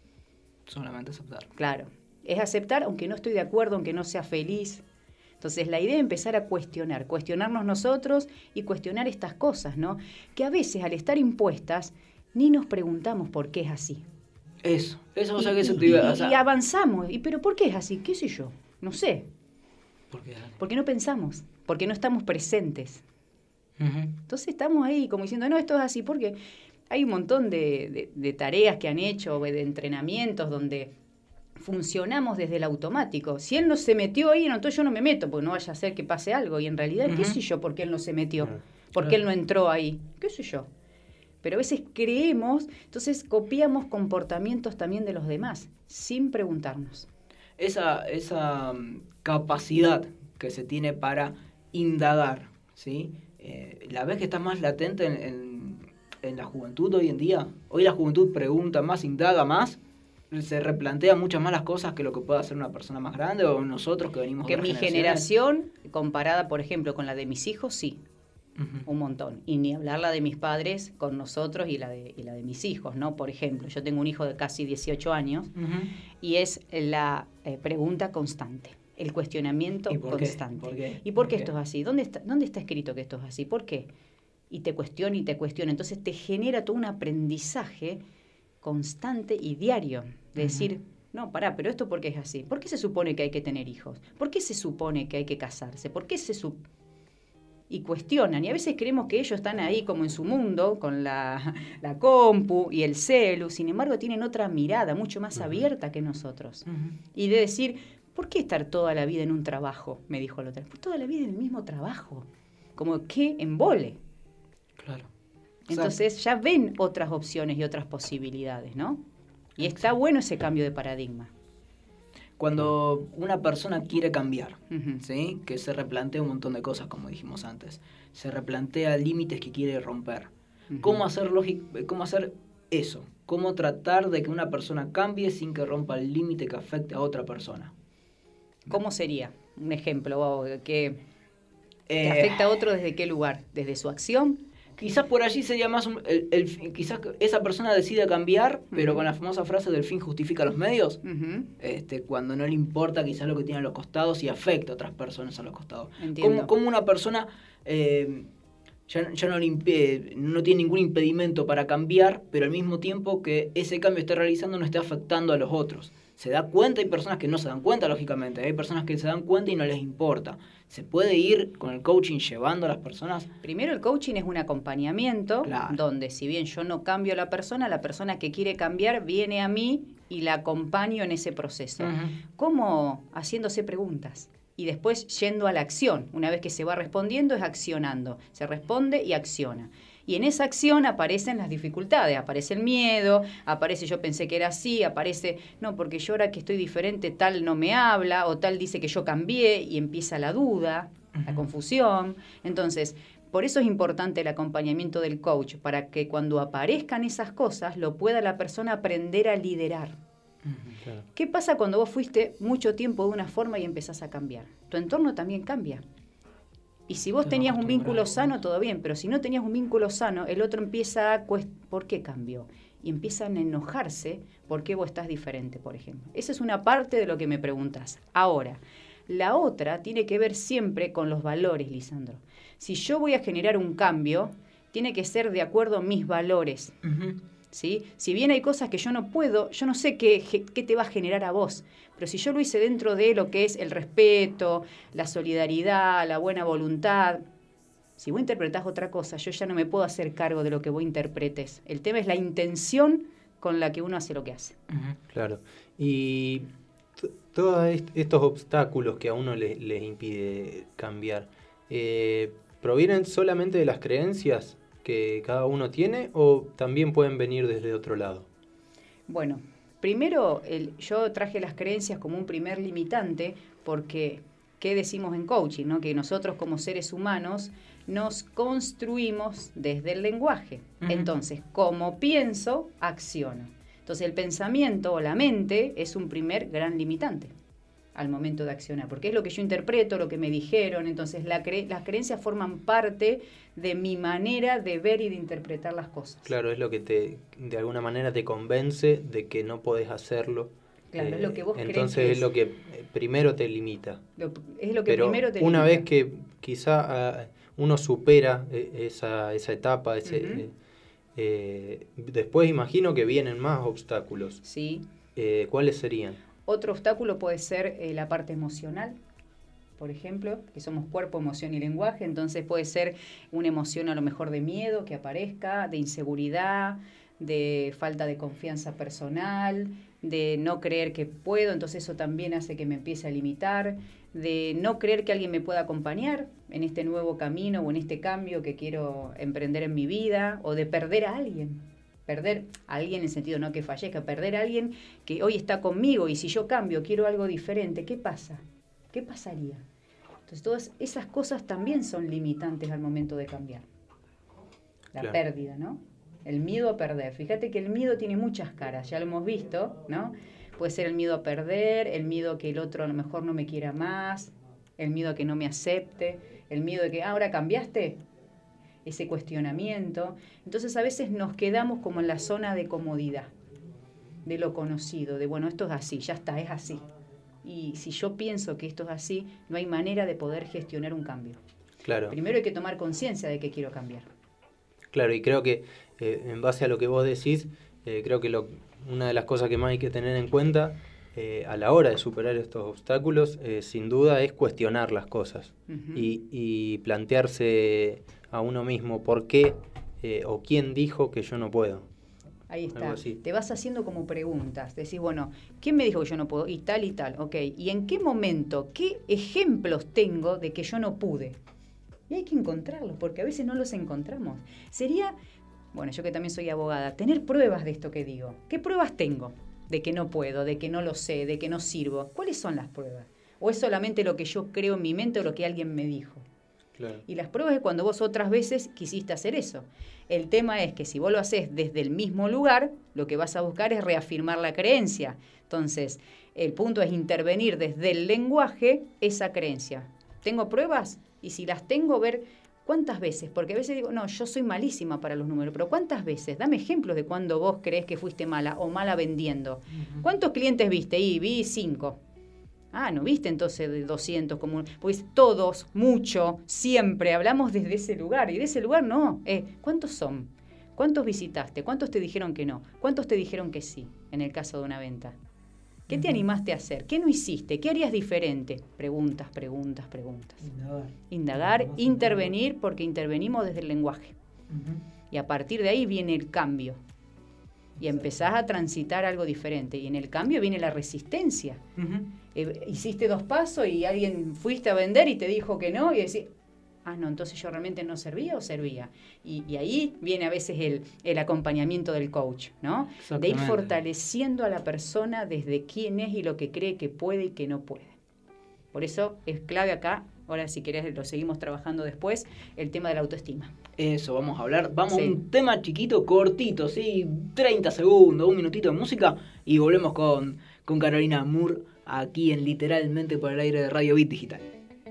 Solamente aceptar. Claro, es aceptar aunque no estoy de acuerdo, aunque no sea feliz. Entonces la idea es empezar a cuestionar, cuestionarnos nosotros y cuestionar estas cosas, ¿no? Que a veces al estar impuestas ni nos preguntamos por qué es así. Eso, eso o Y, sea que eso y- te iba y- o sea, y avanzamos. ¿Y pero por qué es así? ¿Qué sé yo? No sé. porque- Porque no pensamos, porque no estamos presentes. Ujú. Entonces estamos ahí como diciendo, no, esto es así, porque hay un montón de, de- de tareas que han hecho, de entrenamientos donde funcionamos desde el automático. Si él no se metió ahí, no, entonces yo no me meto, porque no vaya a ser que pase algo. Y en realidad, ¿qué Ujú. sé yo por qué él no se metió? Claro. ¿Por qué él no entró ahí? ¿Qué sé yo? Pero a veces creemos, entonces copiamos comportamientos también de los demás, sin preguntarnos. Esa, esa mm, capacidad que se tiene para indagar, ¿sí? Eh, la ves que está más latente en, en, en la juventud hoy en día. Hoy la juventud pregunta más, indaga más, se replantea muchas más las cosas que lo que puede hacer una persona más grande o nosotros que venimos de Que otras mi generaciones. generación, comparada, por ejemplo, con la de mis hijos, sí, Ujú. un montón. Y ni hablar la de mis padres con nosotros y la de, y la de mis hijos, ¿no? Por ejemplo, yo tengo un hijo de casi dieciocho años Ujú. y es la eh, pregunta constante, el cuestionamiento ¿Y por qué? constante. ¿Por qué? ¿Y por ¿Por qué qué? esto es así? ¿Dónde está, ¿Dónde está escrito que esto es así? ¿Por qué? Y te cuestiona y te cuestiona. Entonces te genera todo un aprendizaje constante y diario de decir, no, pará, pero esto ¿por qué es así? ¿Por qué se supone que hay que tener hijos? ¿Por qué se supone que hay que casarse? ¿Por qué se supone? Y cuestionan, y a veces creemos que ellos están ahí como en su mundo, con la, la compu y el celu, sin embargo tienen otra mirada mucho más abierta que nosotros. Ujú. Y de decir, ¿por qué estar toda la vida en un trabajo? Me dijo el otro. Pues toda la vida en el mismo trabajo. Como que embole. Claro. Entonces ya ven otras opciones y otras posibilidades, ¿no? Y está bueno ese cambio de paradigma. Cuando una persona quiere cambiar, Ujú. ¿sí? Que se replantea un montón de cosas, como dijimos antes. Se replantea límites que quiere romper. Ujú. ¿Cómo hacer, lógic- cómo hacer eso? ¿Cómo tratar de que una persona cambie sin que rompa el límite que afecte a otra persona? ¿Cómo sería? Un ejemplo, o que, que Eh, afecta a otro desde qué lugar, desde su acción. Quizás por allí sería más un- el, el fin- quizás que esa persona decide cambiar, pero Ujú. con la famosa frase del fin justifica los medios. Ujú. Este, cuando no le importa quizás lo que tiene a los costados y afecta a otras personas a los costados. Entiendo. Como, como una persona eh, ya, ya no, le impide, no tiene ningún impedimento para cambiar, pero al mismo tiempo que ese cambio esté realizando no esté afectando a los otros. Se da cuenta, hay personas que no se dan cuenta, lógicamente, hay personas que se dan cuenta y no les importa. ¿Se puede ir con el coaching llevando a las personas? Primero el coaching es un acompañamiento Claro. donde si bien yo no cambio a la persona, la persona que quiere cambiar viene a mí y la acompaño en ese proceso. Ujú. ¿Cómo? Haciéndose preguntas y después yendo a la acción. Una vez que se va respondiendo es accionando. Se responde y acciona. Y en esa acción aparecen las dificultades, aparece el miedo, aparece yo pensé que era así, aparece, no, porque yo ahora que estoy diferente, tal no me habla, o tal dice que yo cambié, y empieza la duda, la confusión. Entonces, por eso es importante el acompañamiento del coach, para que cuando aparezcan esas cosas, lo pueda la persona aprender a liderar. Claro. ¿Qué pasa cuando vos fuiste mucho tiempo de una forma y empezás a cambiar? Tu entorno también cambia. Y si vos Te vas tenías un vínculo acostumbrando. sano, todo bien, pero si no tenías un vínculo sano, el otro empieza a... cuest- ¿Por qué cambió? Y empiezan a enojarse porque vos estás diferente, por ejemplo. Esa es una parte de lo que me preguntás. Ahora, la otra tiene que ver siempre con los valores, Lisandro. Si yo voy a generar un cambio, tiene que ser de acuerdo a mis valores. Ujú. ¿sí? Si bien hay cosas que yo no puedo, yo no sé qué, qué te va a generar a vos, pero si yo lo hice dentro de lo que es el respeto, la solidaridad, la buena voluntad, si vos interpretás otra cosa, yo ya no me puedo hacer cargo de lo que vos interpretes. El tema es la intención con la que uno hace lo que hace. Uh-huh. Claro. Y t- todos est- estos obstáculos que a uno le, les impide cambiar, eh, ¿provienen solamente de las creencias que cada uno tiene o también pueden venir desde otro lado? Bueno, primero el, yo traje las creencias como un primer limitante porque, ¿qué decimos en coaching? ¿No? Que nosotros como seres humanos nos construimos desde el lenguaje. Uh-huh. Entonces, como pienso, acciono. Entonces, el pensamiento o la mente es un primer gran limitante al momento de accionar, porque es lo que yo interpreto, lo que me dijeron. Entonces, la cre- las creencias forman parte de mi manera de ver y de interpretar las cosas. Claro, es lo que te, de alguna manera te convence de que no podés hacerlo. Claro, eh, es lo que vos crees. Entonces que es lo que primero te limita. Lo, es lo que Pero primero te una limita. vez que quizá uh, uno supera esa, esa etapa, ese, uh-huh. eh, eh, después imagino que vienen más obstáculos. Sí. Eh, ¿Cuáles serían? Otro obstáculo puede ser eh, la parte emocional, por ejemplo, que somos cuerpo, emoción y lenguaje. Entonces puede ser una emoción a lo mejor de miedo que aparezca, de inseguridad, de falta de confianza personal, de no creer que puedo, entonces eso también hace que me empiece a limitar, de no creer que alguien me pueda acompañar en este nuevo camino o en este cambio que quiero emprender en mi vida, o de perder a alguien, perder a alguien en el sentido no que fallezca, perder a alguien que hoy está conmigo y si yo cambio, quiero algo diferente, ¿qué pasa? ¿Qué pasaría? Entonces todas esas cosas también son limitantes al momento de cambiar. La claro. pérdida, ¿no? El miedo a perder. Fíjate que el miedo tiene muchas caras, ya lo hemos visto, ¿no? Puede ser el miedo a perder, el miedo a que el otro a lo mejor no me quiera más, el miedo a que no me acepte, el miedo de que, ah, ¿ahora cambiaste? Ese cuestionamiento. Entonces a veces nos quedamos como en la zona de comodidad, de lo conocido, de bueno, esto es así, ya está, es así. Y si yo pienso que esto es así, no hay manera de poder gestionar un cambio. Claro. Primero hay que tomar conciencia de que quiero cambiar. Claro, y creo que eh, en base a lo que vos decís, eh, creo que lo, una de las cosas que más hay que tener en cuenta eh, a la hora de superar estos obstáculos, eh, sin duda, es cuestionar las cosas uh-huh. y, y plantearse a uno mismo por qué eh, o quién dijo que yo no puedo. Ahí está, te vas haciendo como preguntas, decís, bueno, ¿quién me dijo que yo no puedo? Y tal y tal, ok, ¿y en qué momento, qué ejemplos tengo de que yo no pude? Y hay que encontrarlos, porque a veces no los encontramos. Sería, bueno, yo que también soy abogada, tener pruebas de esto que digo. ¿Qué pruebas tengo de que no puedo, de que no lo sé, de que no sirvo? ¿Cuáles son las pruebas? ¿O es solamente lo que yo creo en mi mente o lo que alguien me dijo? Claro. Y las pruebas es cuando vos otras veces quisiste hacer eso. El tema es que si vos lo haces desde el mismo lugar, lo que vas a buscar es reafirmar la creencia. Entonces, el punto es intervenir desde el lenguaje esa creencia. ¿Tengo pruebas? Y si las tengo, ver cuántas veces, porque a veces digo, no, yo soy malísima para los números, pero ¿cuántas veces? Dame ejemplos de cuando vos crees que fuiste mala o mala vendiendo. Uh-huh. ¿Cuántos clientes viste? Y vi cinco. Ah, ¿no viste entonces de doscientos? Como, pues todos, mucho, siempre, hablamos desde ese lugar. Y de ese lugar no. Eh, ¿Cuántos son? ¿Cuántos visitaste? ¿Cuántos te dijeron que no? ¿Cuántos te dijeron que sí en el caso de una venta? ¿Qué te animaste a hacer? ¿Qué no hiciste? ¿Qué harías diferente? Preguntas, preguntas, preguntas. Indagar. Indagar, intervenir, porque intervenimos desde el lenguaje. Uh-huh. Y a partir de ahí viene el cambio. Y empezás a transitar algo diferente. Y en el cambio viene la resistencia. Uh-huh. Eh, hiciste dos pasos y alguien fuiste a vender y te dijo que no. Y decís, ah, no, entonces yo realmente no servía o servía. Y, y ahí viene a veces el, el acompañamiento del coach, ¿no? De ir fortaleciendo a la persona desde quién es y lo que cree que puede y que no puede. Por eso es clave acá, ahora si querés lo seguimos trabajando después, el tema de la autoestima. Eso, vamos a hablar. Vamos Sí. a un tema chiquito, cortito, ¿sí? treinta segundos, un minutito de música y volvemos con, con Carolina Moore aquí en Literalmente por el aire de Radio Beat Digital.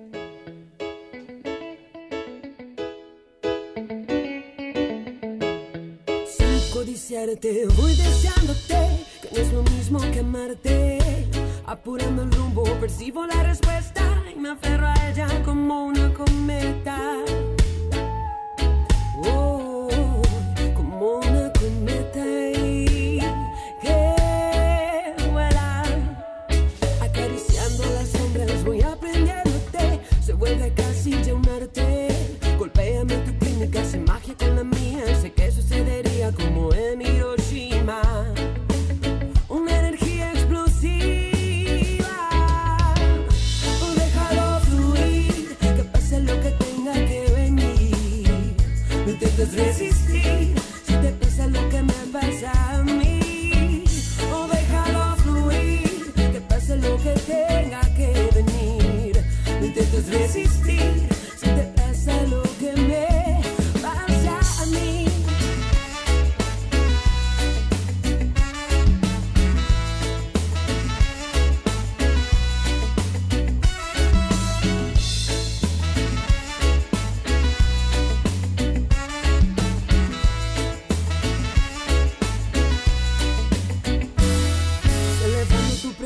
Sin codiciarte, voy deseándote, que no es lo mismo que amarte. Apurando el rumbo, percibo la respuesta y me aferro a ella como una cometa. Oh, como una cometa.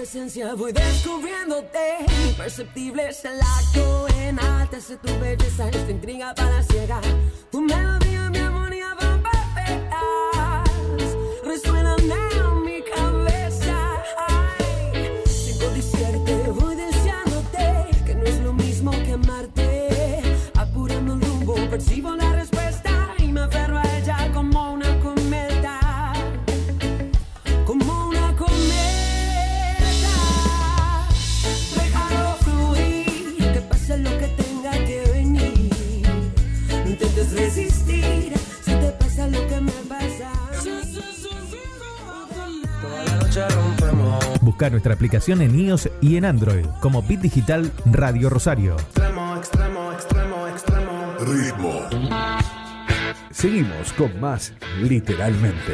presencia voy descubriéndote. Imperceptible es el acto, enaltece tu belleza, esta intriga para ciegar. Tu melodía, mi armonía van perfectas, resuenan en mi cabeza. Ay, sin codiciarte voy deseándote, que no es lo mismo que amarte. Apurando el rumbo, percibo la respuesta y me aferro a ella como una cometa, como una cometa. Déjalo fluir, que pase lo que tenga que venir. No intentes resistir, si te pasa lo que me pasa. Toda la noche rompemos. Busca nuestra aplicación en iOS y en Android como Bit Digital Radio Rosario. Extremo, extremo, extremo, extremo. Ritmo. Seguimos con más Literalmente.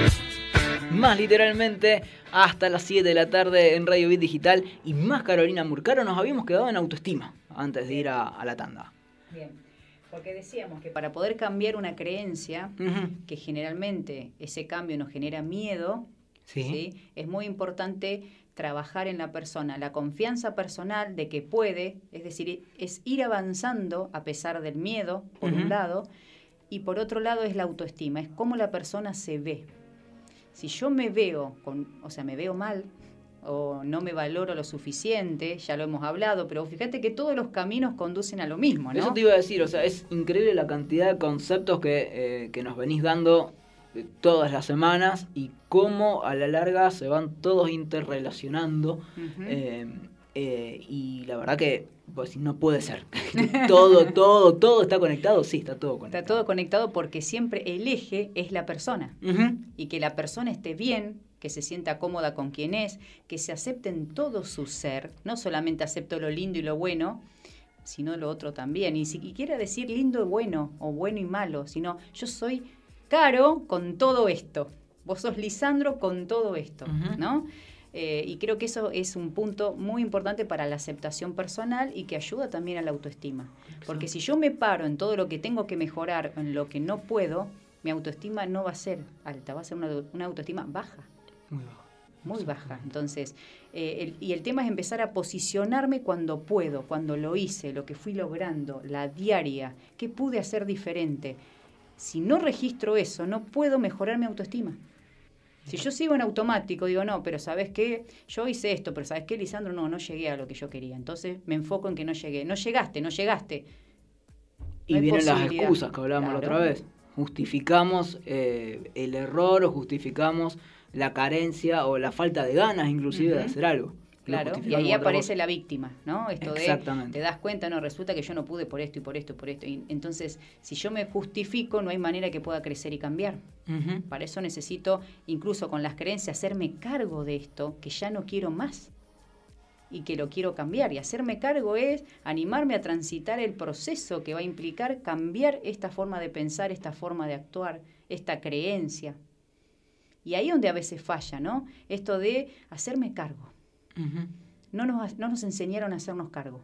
Más literalmente hasta las siete de la tarde en Radio Bit Digital y más Carolina Murcaro. Nos habíamos quedado en autoestima antes de ir a, a la tanda. Bien, porque decíamos que para poder cambiar una creencia, Uh-huh. que generalmente ese cambio nos genera miedo, Sí. ¿sí? Es muy importante trabajar en la persona, la confianza personal de que puede, es decir, es ir avanzando a pesar del miedo, por Uh-huh. un lado, y por otro lado es la autoestima, es cómo la persona se ve. Si yo me veo, con, o sea, me veo mal, o no me valoro lo suficiente, ya lo hemos hablado, pero fíjate que todos los caminos conducen a lo mismo, ¿no? Eso te iba a decir, o sea, es increíble la cantidad de conceptos que, eh, que nos venís dando eh, todas las semanas y cómo a la larga se van todos interrelacionando. Ujú. eh, eh, y la verdad que pues, no puede ser. todo, todo, todo está conectado. Sí, está todo conectado. Está todo conectado porque siempre el eje es la persona. Uh-huh. Y que la persona esté bien, que se sienta cómoda con quien es, que se acepte en todo su ser. No solamente acepto lo lindo y lo bueno, sino lo otro también. Y si quiera decir lindo y bueno, o bueno y malo, sino yo soy Caro con todo esto. Vos sos Lisandro con todo esto, Uh-huh. ¿no? Eh, y creo que eso es un punto muy importante para la aceptación personal y que ayuda también a la autoestima. Porque si yo me paro en todo lo que tengo que mejorar, en lo que no puedo, mi autoestima no va a ser alta, va a ser una, una autoestima baja. Muy bajo. Muy baja. Entonces, eh, el, y el tema es empezar a posicionarme cuando puedo, cuando lo hice, lo que fui logrando, la diaria, qué pude hacer diferente. Si no registro eso, no puedo mejorar mi autoestima. Si yo sigo en automático, digo, no, pero ¿sabes qué? Yo hice esto, pero ¿sabes qué, Lisandro? No, no llegué a lo que yo quería. Entonces me enfoco en que no llegué. No llegaste, no llegaste. Y No hay vienen las posibilidad. excusas que hablábamos la Claro. otra vez. Justificamos eh, el error o justificamos la carencia o la falta de ganas inclusive de Ujú. hacer algo. Lo Claro, y justificamos ahí con otra aparece cosa. la víctima, ¿no? Esto de, Exactamente. te das cuenta, no, resulta que yo no pude por esto y por esto y por esto. Y entonces, si yo me justifico, no hay manera que pueda crecer y cambiar. Ujú. Para eso necesito, incluso con las creencias, hacerme cargo de esto, que ya no quiero más y que lo quiero cambiar. Y hacerme cargo es animarme a transitar el proceso que va a implicar cambiar esta forma de pensar, esta forma de actuar, esta creencia. Y ahí es donde a veces falla, ¿no? Esto de hacerme cargo. Ujú. No nos, no nos enseñaron a hacernos cargo.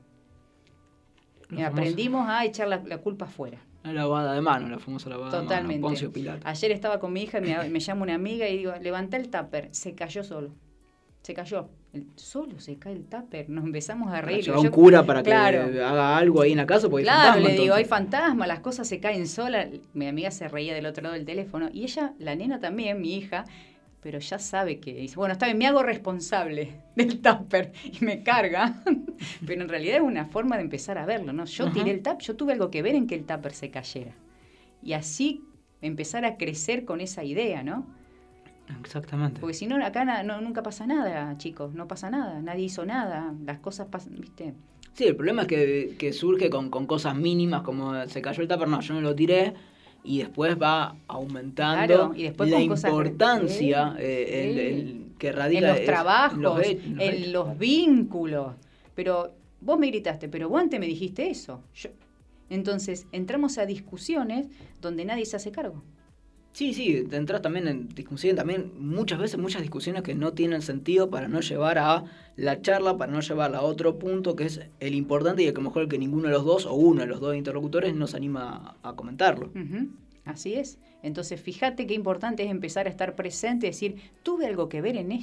Lo Eh, famoso. Aprendimos a echar la, la culpa afuera. La lavada de mano, la famosa lavada de mano. Totalmente. Poncio Pilato. Ayer estaba con mi hija y me, me llama una amiga y digo, levanta el tupper. Se cayó solo. Se cayó. El- solo se cae el tupper. Nos empezamos a reír. Lleva Yo- un cura para que Claro. haga algo ahí en la casa porque hay Claro, fantasma, le digo, entonces. hay fantasma, las cosas se caen solas. Mi amiga se reía del otro lado del teléfono y ella, la nena también, mi hija, pero ya sabe que dice, bueno, está bien, me hago responsable del tupper y me carga. Pero en realidad es una forma de empezar a verlo, ¿no? Yo Ajá. tiré el tupper, yo tuve algo que ver en que el tupper se cayera. Y así empezar a crecer con esa idea, ¿no? Exactamente. Porque si no, acá na- no, nunca pasa nada, chicos, no pasa nada, nadie hizo nada, las cosas pasan, ¿viste? Sí, el problema es que, que surge con, con cosas mínimas como se cayó el tupper, no, yo no lo tiré. Y después va aumentando Claro, y después la con cosas- importancia Sí, eh, el, sí. el que radica En los es- trabajos, los he- en los hechos. los vínculos. Pero vos me gritaste, pero vos antes me dijiste eso. Yo- Entonces, entramos a discusiones donde nadie se hace cargo. Sí, sí, te entras también en discusión, también muchas veces muchas discusiones que no tienen sentido para no llevar a la charla, para no llevarla a otro punto que es el importante y el que mejor el que ninguno de los dos o uno de los dos interlocutores nos anima a, a comentarlo. Ujú, así es. Entonces, fíjate qué importante es empezar a estar presente y decir, ¿tuve algo que ver en esto?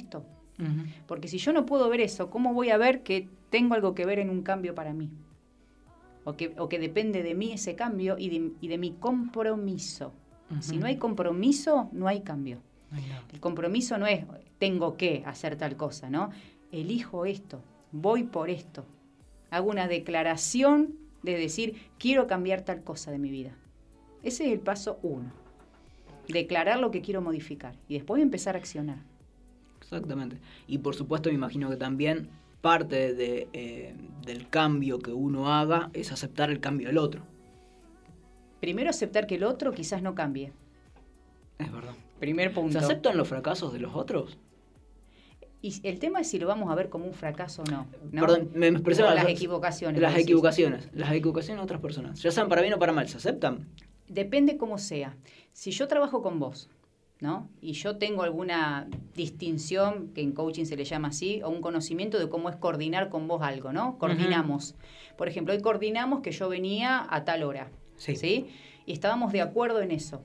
Uh-huh. Porque si yo no puedo ver eso, ¿cómo voy a ver que tengo algo que ver en un cambio para mí? O que, o que depende de mí ese cambio y de, y de mi compromiso. Uh-huh. Si no hay compromiso, no hay cambio. No hay nada. El compromiso no es tengo que hacer tal cosa, ¿no? Elijo esto, voy por esto. Hago una declaración de decir, quiero cambiar tal cosa de mi vida. Ese es el paso uno. Declarar lo que quiero modificar y después empezar a accionar. Exactamente. Y por supuesto me imagino que también parte de, eh, del cambio que uno haga es aceptar el cambio del otro. Primero aceptar que el otro quizás no cambie. Es verdad. Primer punto. ¿Se aceptan los fracasos de los otros? Y el tema es si lo vamos a ver como un fracaso o no, ¿no? Perdón, me expresé las equivocaciones. Las equivocaciones. Las equivocaciones de otras personas. Ya sean para bien o para mal, ¿se aceptan? Depende cómo sea. Si yo trabajo con vos, ¿no? Y yo tengo alguna distinción, que en coaching se le llama así, o un conocimiento de cómo es coordinar con vos algo, ¿no? Coordinamos. Uh-huh. Por ejemplo, hoy coordinamos que yo venía a tal hora, sí. ¿sí? Y estábamos de acuerdo en eso.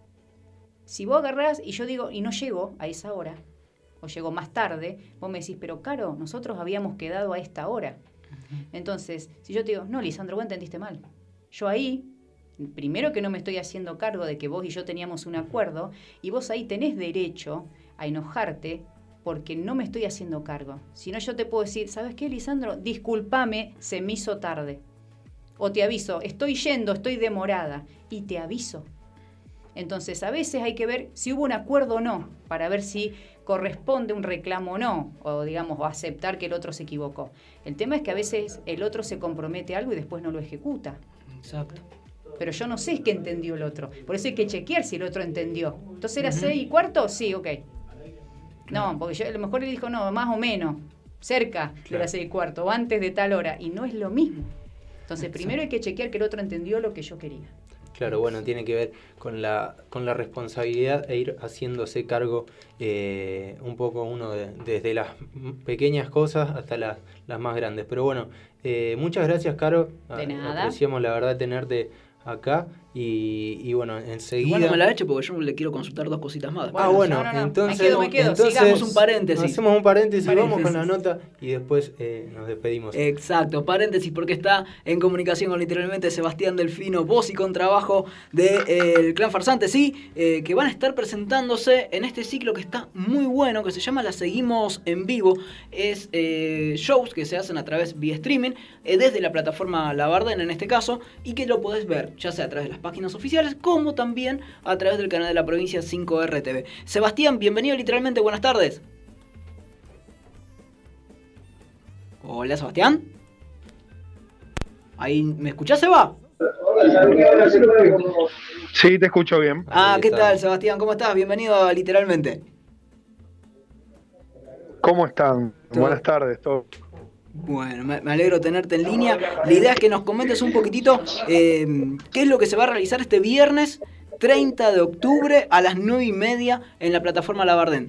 Si vos agarrás y yo digo, y no llego a esa hora, o llego más tarde, vos me decís, pero Caro, nosotros habíamos quedado a esta hora. Uh-huh. Entonces, si yo te digo, no, Lisandro, vos entendiste mal. Yo ahí, primero que no me estoy haciendo cargo de que vos y yo teníamos un acuerdo, y vos ahí tenés derecho a enojarte porque no me estoy haciendo cargo. Si no, yo te puedo decir, ¿sabes qué, Lisandro? Discúlpame, se me hizo tarde. O te aviso, estoy yendo, estoy demorada, y te aviso. Entonces, a veces hay que ver si hubo un acuerdo o no, para ver si corresponde un reclamo o no, o digamos, o aceptar que el otro se equivocó. El tema es que a veces el otro se compromete a algo y después no lo ejecuta. Exacto. Pero yo no sé qué entendió el otro. Por eso hay que chequear si el otro entendió. Entonces, ¿era uh-huh. seis y cuarto? Sí, ok. No, porque yo, a lo mejor le dijo, no, más o menos, cerca claro. de las seis y cuarto, o antes de tal hora, y no es lo mismo. Entonces, Exacto. primero hay que chequear que el otro entendió lo que yo quería. Claro, bueno, tiene que ver con la con la responsabilidad e ir haciéndose cargo eh, un poco uno de, desde las pequeñas cosas hasta las, las más grandes. Pero bueno, eh, muchas gracias, Caro. De nada. Apreciamos la verdad tenerte acá y, y bueno, enseguida... Igual no me la eche porque yo le quiero consultar dos cositas más. Ah, bueno, no, no, no. entonces... Me quedo, me quedo. Entonces, sigamos un paréntesis. Hacemos un paréntesis, paréntesis, vamos con la nota y después eh, nos despedimos. Exacto, paréntesis porque está en comunicación con literalmente Sebastián Delfino, voz y contrabajo del de, eh, Clan Farsante, sí, eh, que van a estar presentándose en este ciclo que está muy bueno, que se llama La Seguimos en Vivo. Es eh, shows que se hacen a través vía streaming, eh, desde la plataforma La Bardén en este caso, y que lo podés ver ya sea a través de las páginas oficiales como también a través del canal de la provincia cinco R T V. Sebastián, bienvenido literalmente, buenas tardes. Hola, Sebastián. ¿Ahí me escuchás, Seba? Sí, te escucho bien. Ah, ¿qué tal, Sebastián? ¿Cómo estás? Bienvenido a Literalmente. ¿Cómo están? ¿Todo? Buenas tardes, todo. Bueno, me alegro tenerte en línea. La idea es que nos comentes un poquitito eh, qué es lo que se va a realizar este viernes treinta de octubre a las nueve y media en la plataforma La Bardén.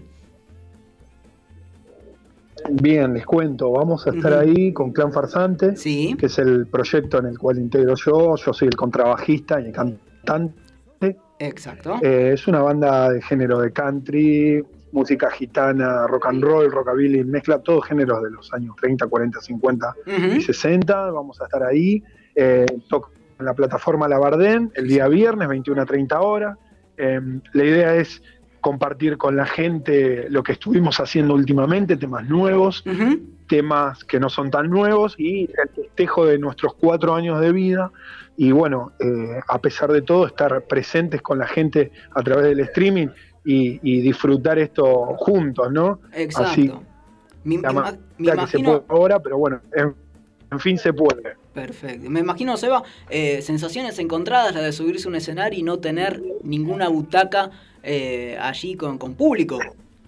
Bien, les cuento, vamos a estar uh-huh. ahí con Clan Farsante, sí. que es el proyecto en el cual integro yo, yo soy el contrabajista y el cantante. Exacto. Eh, es una banda de género de country, música gitana, rock and roll, rockabilly, mezcla todos géneros de los años treinta, cuarenta, cincuenta uh-huh. y sesenta. Vamos a estar ahí, eh, toco en la plataforma La Bardén el día viernes, veintiuna a treinta horas. Eh, la idea es compartir con la gente lo que estuvimos haciendo últimamente, temas nuevos, uh-huh. temas que no son tan nuevos y el festejo de nuestros cuatro años de vida. Y bueno, eh, a pesar de todo, estar presentes con la gente a través del streaming y, y disfrutar esto juntos, ¿no? Exacto. Así, mi, la mi, manera mi que imagino... se puede ahora, pero bueno, en, en fin se puede. Perfecto. Me imagino, Seba, eh, sensaciones encontradas, la de subirse a un escenario y no tener ninguna butaca eh, allí con, con público.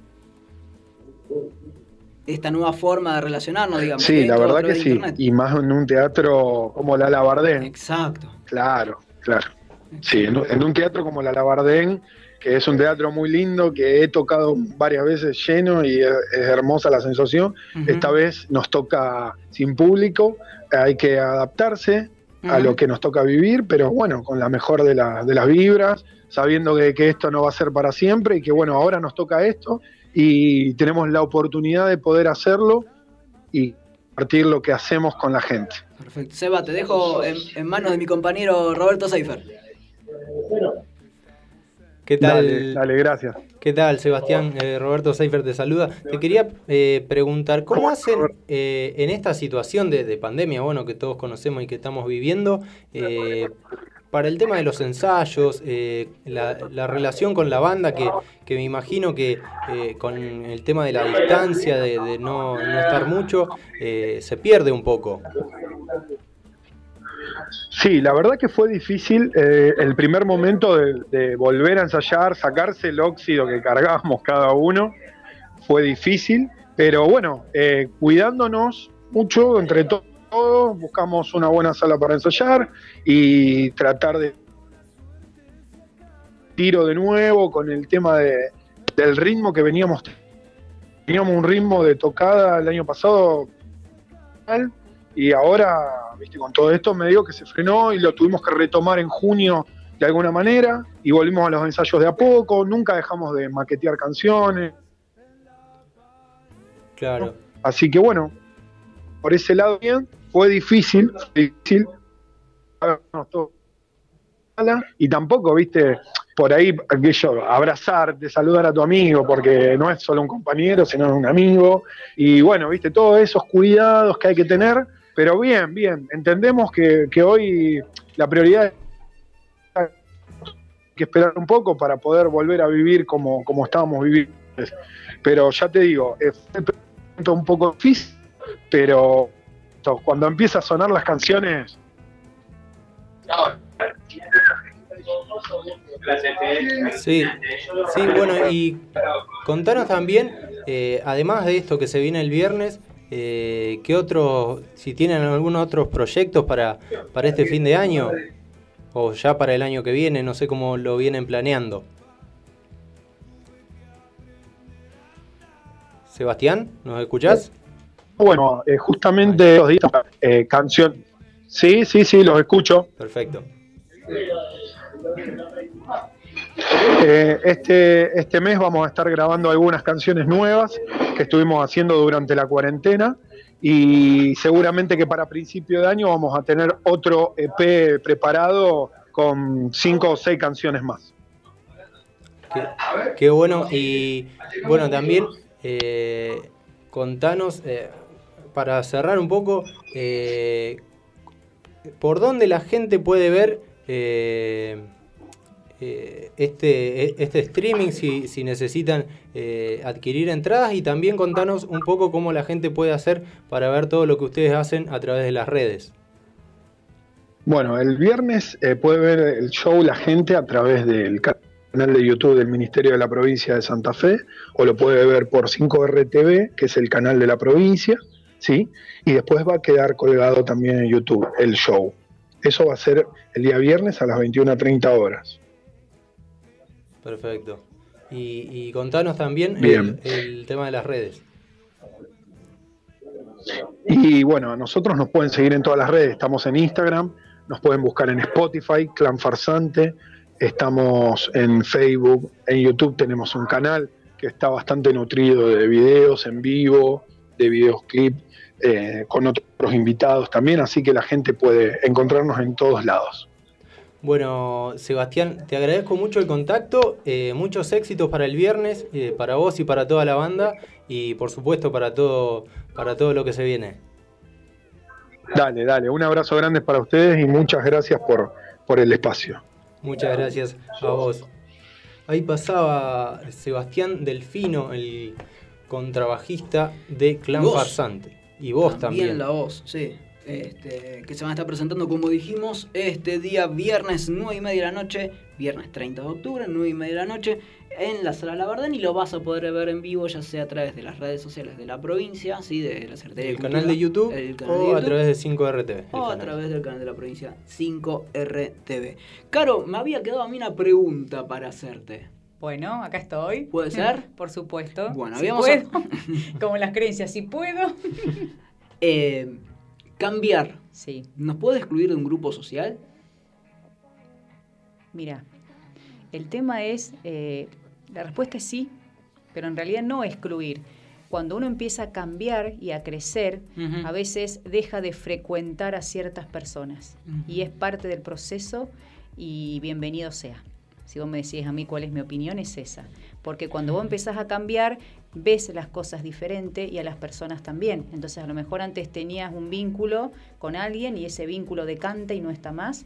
Esta nueva forma de relacionarnos, digamos. Sí, la verdad que sí. Internet. Y más en un teatro como la La Bardén. Exacto. Claro, claro. Sí, en, en un teatro como la La Bardén, que es un teatro muy lindo, que he tocado varias veces lleno y es, es hermosa la sensación. Uh-huh. Esta vez nos toca sin público, hay que adaptarse uh-huh. a lo que nos toca vivir, pero bueno, con la mejor de, la, de las vibras, sabiendo que, que esto no va a ser para siempre y que bueno, ahora nos toca esto y tenemos la oportunidad de poder hacerlo y compartir lo que hacemos con la gente. Perfecto. Seba, te dejo en, en manos de mi compañero Roberto Seifer. ¿Qué tal? Dale, dale, gracias. ¿Qué tal, Sebastián? Eh, Roberto Seifer te saluda. Te quería eh, preguntar, ¿cómo hacen eh, en esta situación de, de pandemia, bueno, que todos conocemos y que estamos viviendo, eh, para el tema de los ensayos, eh, la, la relación con la banda, que, que me imagino que eh, con el tema de la distancia, de, de no, no estar mucho, eh, se pierde un poco? Sí, la verdad que fue difícil eh, el primer momento de, de volver a ensayar, sacarse el óxido que cargábamos cada uno, fue difícil, pero bueno, eh, cuidándonos mucho entre to- todos, buscamos una buena sala para ensayar y tratar de tiro de nuevo con el tema de, del ritmo que veníamos, teníamos un ritmo de tocada el año pasado y ahora, viste, con todo esto me digo que se frenó y lo tuvimos que retomar en junio de alguna manera y volvimos a los ensayos de a poco, nunca dejamos de maquetear canciones. Claro. Así que bueno, por ese lado bien, fue difícil, fue difícil y tampoco, viste, por ahí aquello, abrazarte, saludar a tu amigo, porque no es solo un compañero, sino un amigo, y bueno, viste, todos esos cuidados que hay que tener. Pero bien, bien, entendemos que, que hoy la prioridad es que esperar un poco para poder volver a vivir como, como estábamos viviendo. Pero ya te digo, es un poco difícil, pero cuando empieza a sonar las canciones... Sí, sí, bueno, y contanos también, eh, además de esto que se viene el viernes, Eh, ¿qué otros, si tienen algunos otros proyectos para, para este fin de año o ya para el año que viene? No sé cómo lo vienen planeando. Sebastián, ¿nos escuchás? Bueno, eh, justamente los días, eh, canción. Sí, sí, sí, los escucho. Perfecto. Eh, este, este mes vamos a estar grabando algunas canciones nuevas que estuvimos haciendo durante la cuarentena y seguramente que para principio de año vamos a tener otro E P preparado con cinco o seis canciones más. Qué, qué bueno. Y bueno, también eh, contanos, eh, para cerrar un poco, eh, ¿por dónde la gente puede ver eh, Este, este streaming, si, si necesitan eh, adquirir entradas? Y también contanos un poco cómo la gente puede hacer para ver todo lo que ustedes hacen a través de las redes. Bueno, el viernes eh, puede ver el show la gente a través del canal de YouTube del Ministerio de la Provincia de Santa Fe, o lo puede ver por cinco R T V, que es el canal de la provincia, ¿sí? Y después va a quedar colgado también en YouTube el show. Eso va a ser el día viernes a las veintiuna treinta horas. Perfecto. Y, y contanos también el, el tema de las redes. Y bueno, a nosotros nos pueden seguir en todas las redes. Estamos en Instagram, nos pueden buscar en Spotify, Clan Farsante. Estamos en Facebook, en YouTube tenemos un canal que está bastante nutrido de videos en vivo, de videos clip, eh, con otros invitados también. Así que la gente puede encontrarnos en todos lados. Bueno, Sebastián, te agradezco mucho el contacto, eh, muchos éxitos para el viernes, eh, para vos y para toda la banda, y por supuesto para todo, para todo lo que se viene. Dale, dale, un abrazo grande para ustedes y muchas gracias por, por el espacio. Muchas gracias a vos. Ahí pasaba Sebastián Delfino, el contrabajista de Clan Farsante. Y vos también. También la voz, sí. Este, que se van a estar presentando, como dijimos, este día viernes nueve y media de la noche, viernes treinta de octubre, nueve y media de la noche, en la Sala Labardén, y lo vas a poder ver en vivo, ya sea a través de las redes sociales de la provincia, ¿sí? De la Secretaría de El Cultura, canal de YouTube el canal o de YouTube, a través de cinco R T V. o a través del canal de la provincia cinco R T V. Caro, me había quedado a mí una pregunta para hacerte. Bueno, acá estoy. ¿Puede ser? Por supuesto. Bueno, si habíamos... puedo. Como las creencias, si puedo. eh, cambiar. Sí. ¿Nos puede excluir de un grupo social? Mira, el tema es, eh, la respuesta es sí, pero en realidad no excluir. Cuando uno empieza a cambiar y a crecer, uh-huh. a veces deja de frecuentar a ciertas personas. Uh-huh. Y es parte del proceso y bienvenido sea. Si vos me decís a mí cuál es mi opinión, es esa. Porque cuando vos empezás a cambiar, ves las cosas diferentes y a las personas también. Entonces a lo mejor antes tenías un vínculo con alguien y ese vínculo decanta y no está más.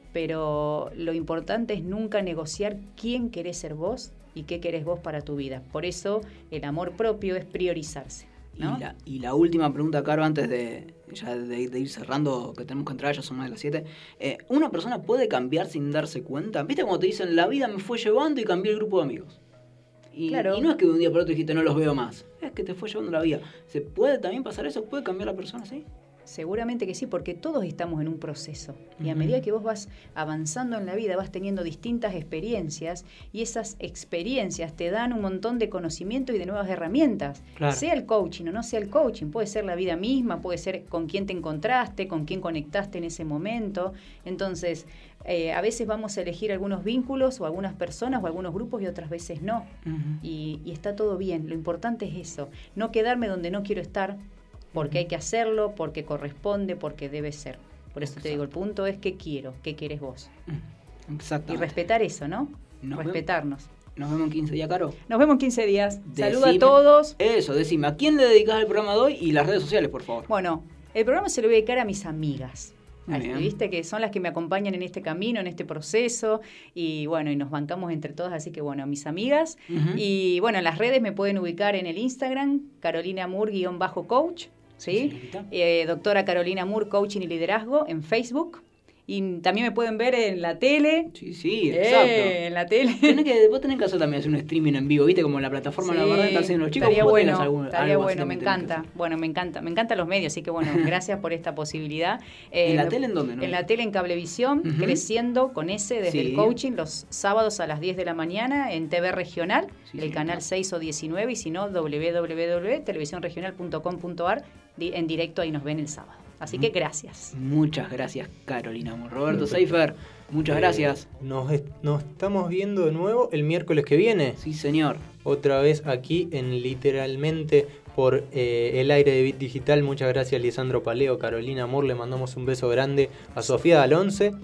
Pero lo importante es nunca negociar quién querés ser vos y qué querés vos para tu vida. Por eso el amor propio es priorizarse, ¿no? Y la, y la última pregunta, Caro, antes de, ya de, de ir cerrando, que tenemos que entrar, ya son más de las siete. Eh, ¿Una persona puede cambiar sin darse cuenta? ¿Viste cuando te dicen, la vida me fue llevando y cambié el grupo de amigos? Y, claro. y no es que de un día para otro dijiste, no los veo más. Es que te fue llevando la vida. ¿Se puede también pasar eso? ¿Puede cambiar la persona así? Seguramente que sí, porque todos estamos en un proceso. Y a medida que vos vas avanzando en la vida, vas teniendo distintas experiencias y esas experiencias te dan un montón de conocimiento y de nuevas herramientas. Claro. Sea el coaching o no sea el coaching, puede ser la vida misma, puede ser con quién te encontraste, con quién conectaste en ese momento. Entonces, eh, a veces vamos a elegir algunos vínculos o algunas personas o algunos grupos y otras veces no. Uh-huh. Y, y está todo bien. Lo importante es eso, no quedarme donde no quiero estar, porque hay que hacerlo, porque corresponde, porque debe ser. Por eso Exacto. te digo, el punto es qué quiero, qué querés vos. Exacto. Y respetar eso, ¿no? Nos Respetarnos. Vemos, nos vemos en quince días, Caro. Nos vemos en quince días. Saludos a todos. Eso, decime, ¿a quién le dedicás el programa de hoy y las redes sociales, por favor? Bueno, el programa se lo voy a dedicar a mis amigas. Viste que son las que me acompañan en este camino, en este proceso, y bueno, y nos bancamos entre todas, así que bueno, mis amigas. Uh-huh. Y bueno, en las redes me pueden ubicar en el Instagram, Carolina Moore-coach. ¿Sí? Eh, doctora Carolina Moore, Coaching y Liderazgo en Facebook. Y también me pueden ver en la tele. Sí, sí, exacto. Eh, en la tele. Tenés que, vos tenés que hacer también hacer un streaming en vivo, ¿viste? Como en la plataforma, sí, la verdad, están haciendo los chicos. Estaría bueno, algún, estaría bueno, me encanta. Bueno, me encanta, me encantan los medios, así que bueno, gracias por esta posibilidad. Eh, ¿En la tele en dónde? No? En la tele en Cablevisión, uh-huh. creciendo con ese desde sí. el coaching, los sábados a las diez de la mañana en T V Regional, sí, el sí, canal sí. seis o diecinueve, y si no, doble u doble u doble u punto televisión regional punto com punto a r, en directo ahí nos ven el sábado. Así que gracias. Muchas gracias, Carolina. Roberto Seifer, muchas eh, gracias. Nos, est- nos estamos viendo de nuevo el miércoles que viene. Sí, señor. Otra vez aquí en Literalmente por eh, el aire de Bit Digital. Muchas gracias, Lisandro Paleo, Carolina Moore. Le mandamos un beso grande a Sofía Dalonce.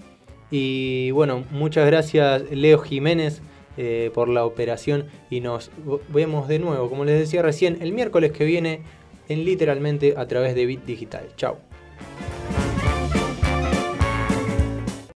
Y bueno, muchas gracias, Leo Jiménez, eh, por la operación. Y nos vemos de nuevo, como les decía recién, el miércoles que viene en Literalmente a través de Bit Digital. Chau.